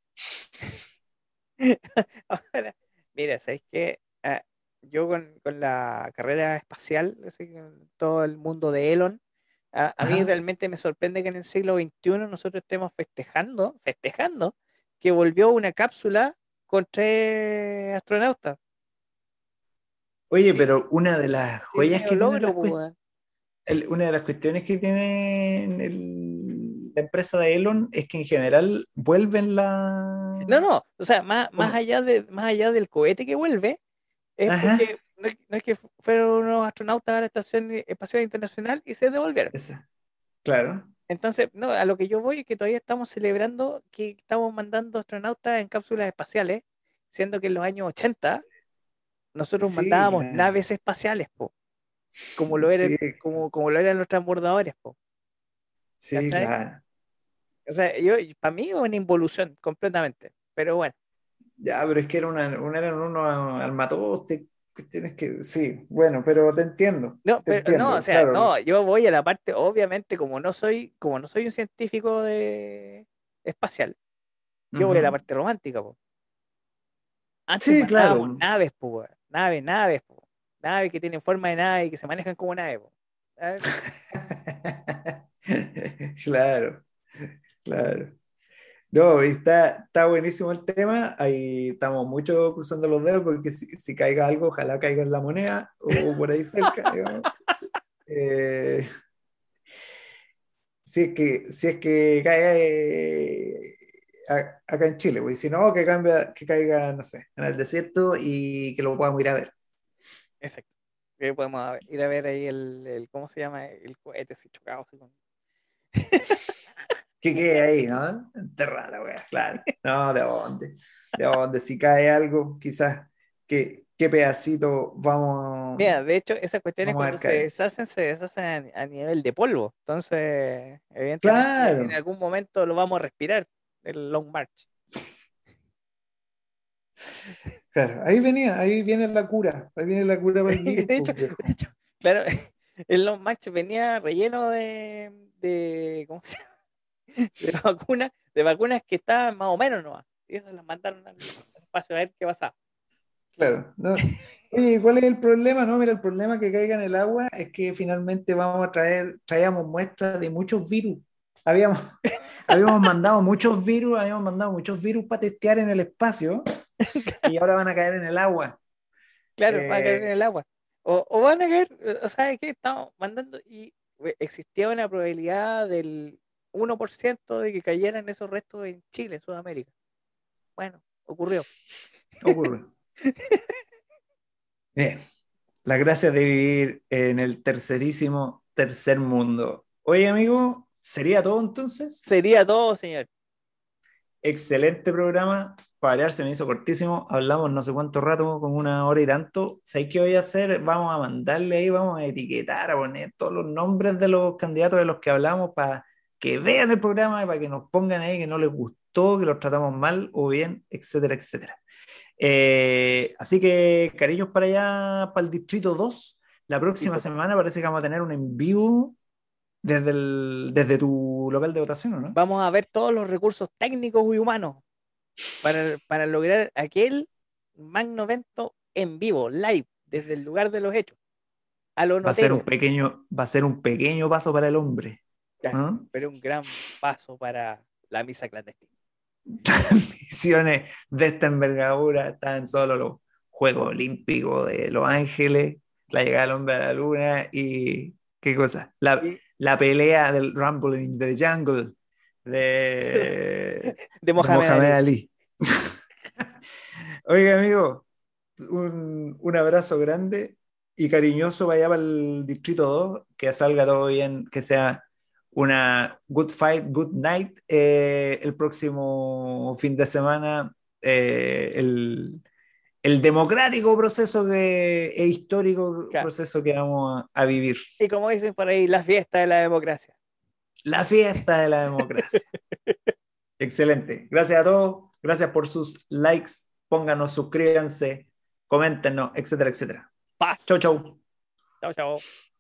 Ahora, mira, ¿sabes qué? Ah, yo con, con la carrera espacial, así, con todo el mundo de Elon, a, a mí Ajá. realmente me sorprende que en el siglo veintiuno nosotros estemos festejando, festejando, que volvió una cápsula con tres astronautas. Oye, Sí, pero una de las sí, joyas medio que tienen logro, las pues, cuestiones, weón. una de las cuestiones que tiene el- la empresa de Elon es que en general vuelven la... No, no, o sea, más, más ¿Cómo? allá de, más allá del cohete que vuelve, es porque Ajá, no es, no es que fueron unos astronautas a la Estación Espacial Internacional y se devolvieron. esa, claro. Entonces, no, a lo que yo voy es que todavía estamos celebrando que estamos mandando astronautas en cápsulas espaciales, siendo que en los años ochenta nosotros Sí, mandábamos la, naves espaciales, po, como lo era, sí, como, como lo eran los transbordadores, po, sí, ¿cachai? claro. O sea, yo, para mí es una involución completamente, pero bueno. Ya, pero es que era una, una- eran unos armatoste, cuestiones que, sí, bueno, pero te entiendo, No, te pero no, o entiendo, sea, claro. no, yo voy a la parte, obviamente, como no soy, como no soy un científico de espacial, yo voy a la Ujú. parte romántica, po. Antes Sí, mandábamos claro. naves, po, weón. Naves, naves, po. Naves que tienen forma de nave y que se manejan como naves, po. ¿Sabes? Claro, claro. No, y está, está buenísimo el tema. Ahí estamos mucho cruzando los dedos porque si, si caiga algo, ojalá caiga en la moneda o por ahí cerca, digamos. Eh, si es que, si es que cae eh, a- acá en Chile, pues, y si no, que cambia, que caiga, no sé, en el desierto y que lo podamos ir a ver. Exacto. Que podemos a- ir a ver ahí el, el- ¿cómo se llama? El cohete así chocado. Así con- Que quede ahí, ¿no? Enterrada la wea, claro. No, ¿de dónde? ¿De dónde? Si cae algo, quizás, ¿qué, qué pedacito vamos, Mira, de hecho, esas cuestiones vamos a cuando ver se caer? deshacen, se deshacen a, a nivel de polvo. Entonces, evidentemente, en Claro, algún momento lo vamos a respirar, el Long March. claro. Ahí venía, ahí viene la cura. Ahí viene la cura para el virus, De hecho, pues, de viejo. hecho, claro, el Long March venía relleno de, de, ¿cómo se llama? De vacunas, de vacunas que estaban más o menos nomás. Y esas las mandaron al al espacio a ver qué pasaba. Claro. No. Oye, ¿cuál es el problema? No, mira, el problema que caiga en el agua es que finalmente vamos a traer, traíamos muestras de muchos virus. Habíamos, habíamos mandado muchos virus, habíamos mandado muchos virus para testear en el espacio y ahora van a caer en el agua. Claro, van a caer en Eh, el agua. O, o van a caer, eh, o sea, ¿qué? Estamos mandando y eh, existía una probabilidad del uno por ciento de que cayeran esos restos en Chile, en Sudamérica. Bueno, ocurrió. ocurre. Bien, las gracias de vivir en el tercerísimo tercer mundo. Oye, amigo, ¿sería todo entonces? Sería todo, señor. Excelente programa. Para variar, se me hizo cortísimo. Hablamos no sé cuánto rato, como una hora y tanto. ¿Sabéis qué voy a hacer? Vamos a mandarle ahí, vamos a etiquetar, a poner todos los nombres de los candidatos de los que hablamos para que vean el programa y para que nos pongan ahí que no les gustó, que los tratamos mal o bien, etcétera, etcétera. Eh, así que cariños para allá, para el Distrito dos. La próxima Listo. semana parece que vamos a tener un en vivo desde, el, desde tu local de votación, ¿o no? Vamos a ver todos los recursos técnicos y humanos para, para lograr aquel magno evento en vivo, live, desde el lugar de los hechos, a lo Va a ser un notero. pequeño, va a ser un pequeño paso para el hombre. Claro, ¿Ah? pero un gran paso para la misa clandestina. Misiones de esta envergadura están solo los Juegos Olímpicos de Los Ángeles, la llegada del hombre a la luna y qué cosa, la, Y la pelea del Rumble in the Jungle de, de de Mohamed Mohamed Ali. Ali. Oiga, amigo, un, un abrazo grande y cariñoso para allá para el Distrito dos, que salga todo bien, que sea una good fight, good night eh, el próximo fin de semana, eh, el, el democrático proceso que, e histórico Claro. proceso que vamos a, a vivir. Y como dicen por ahí, la fiesta de la democracia. La fiesta de la democracia. Excelente. Gracias a todos. Gracias por sus likes. Pónganos, suscríbanse, coméntenos, etcétera, etcétera. Paz. Chau, chau. Chao, chao.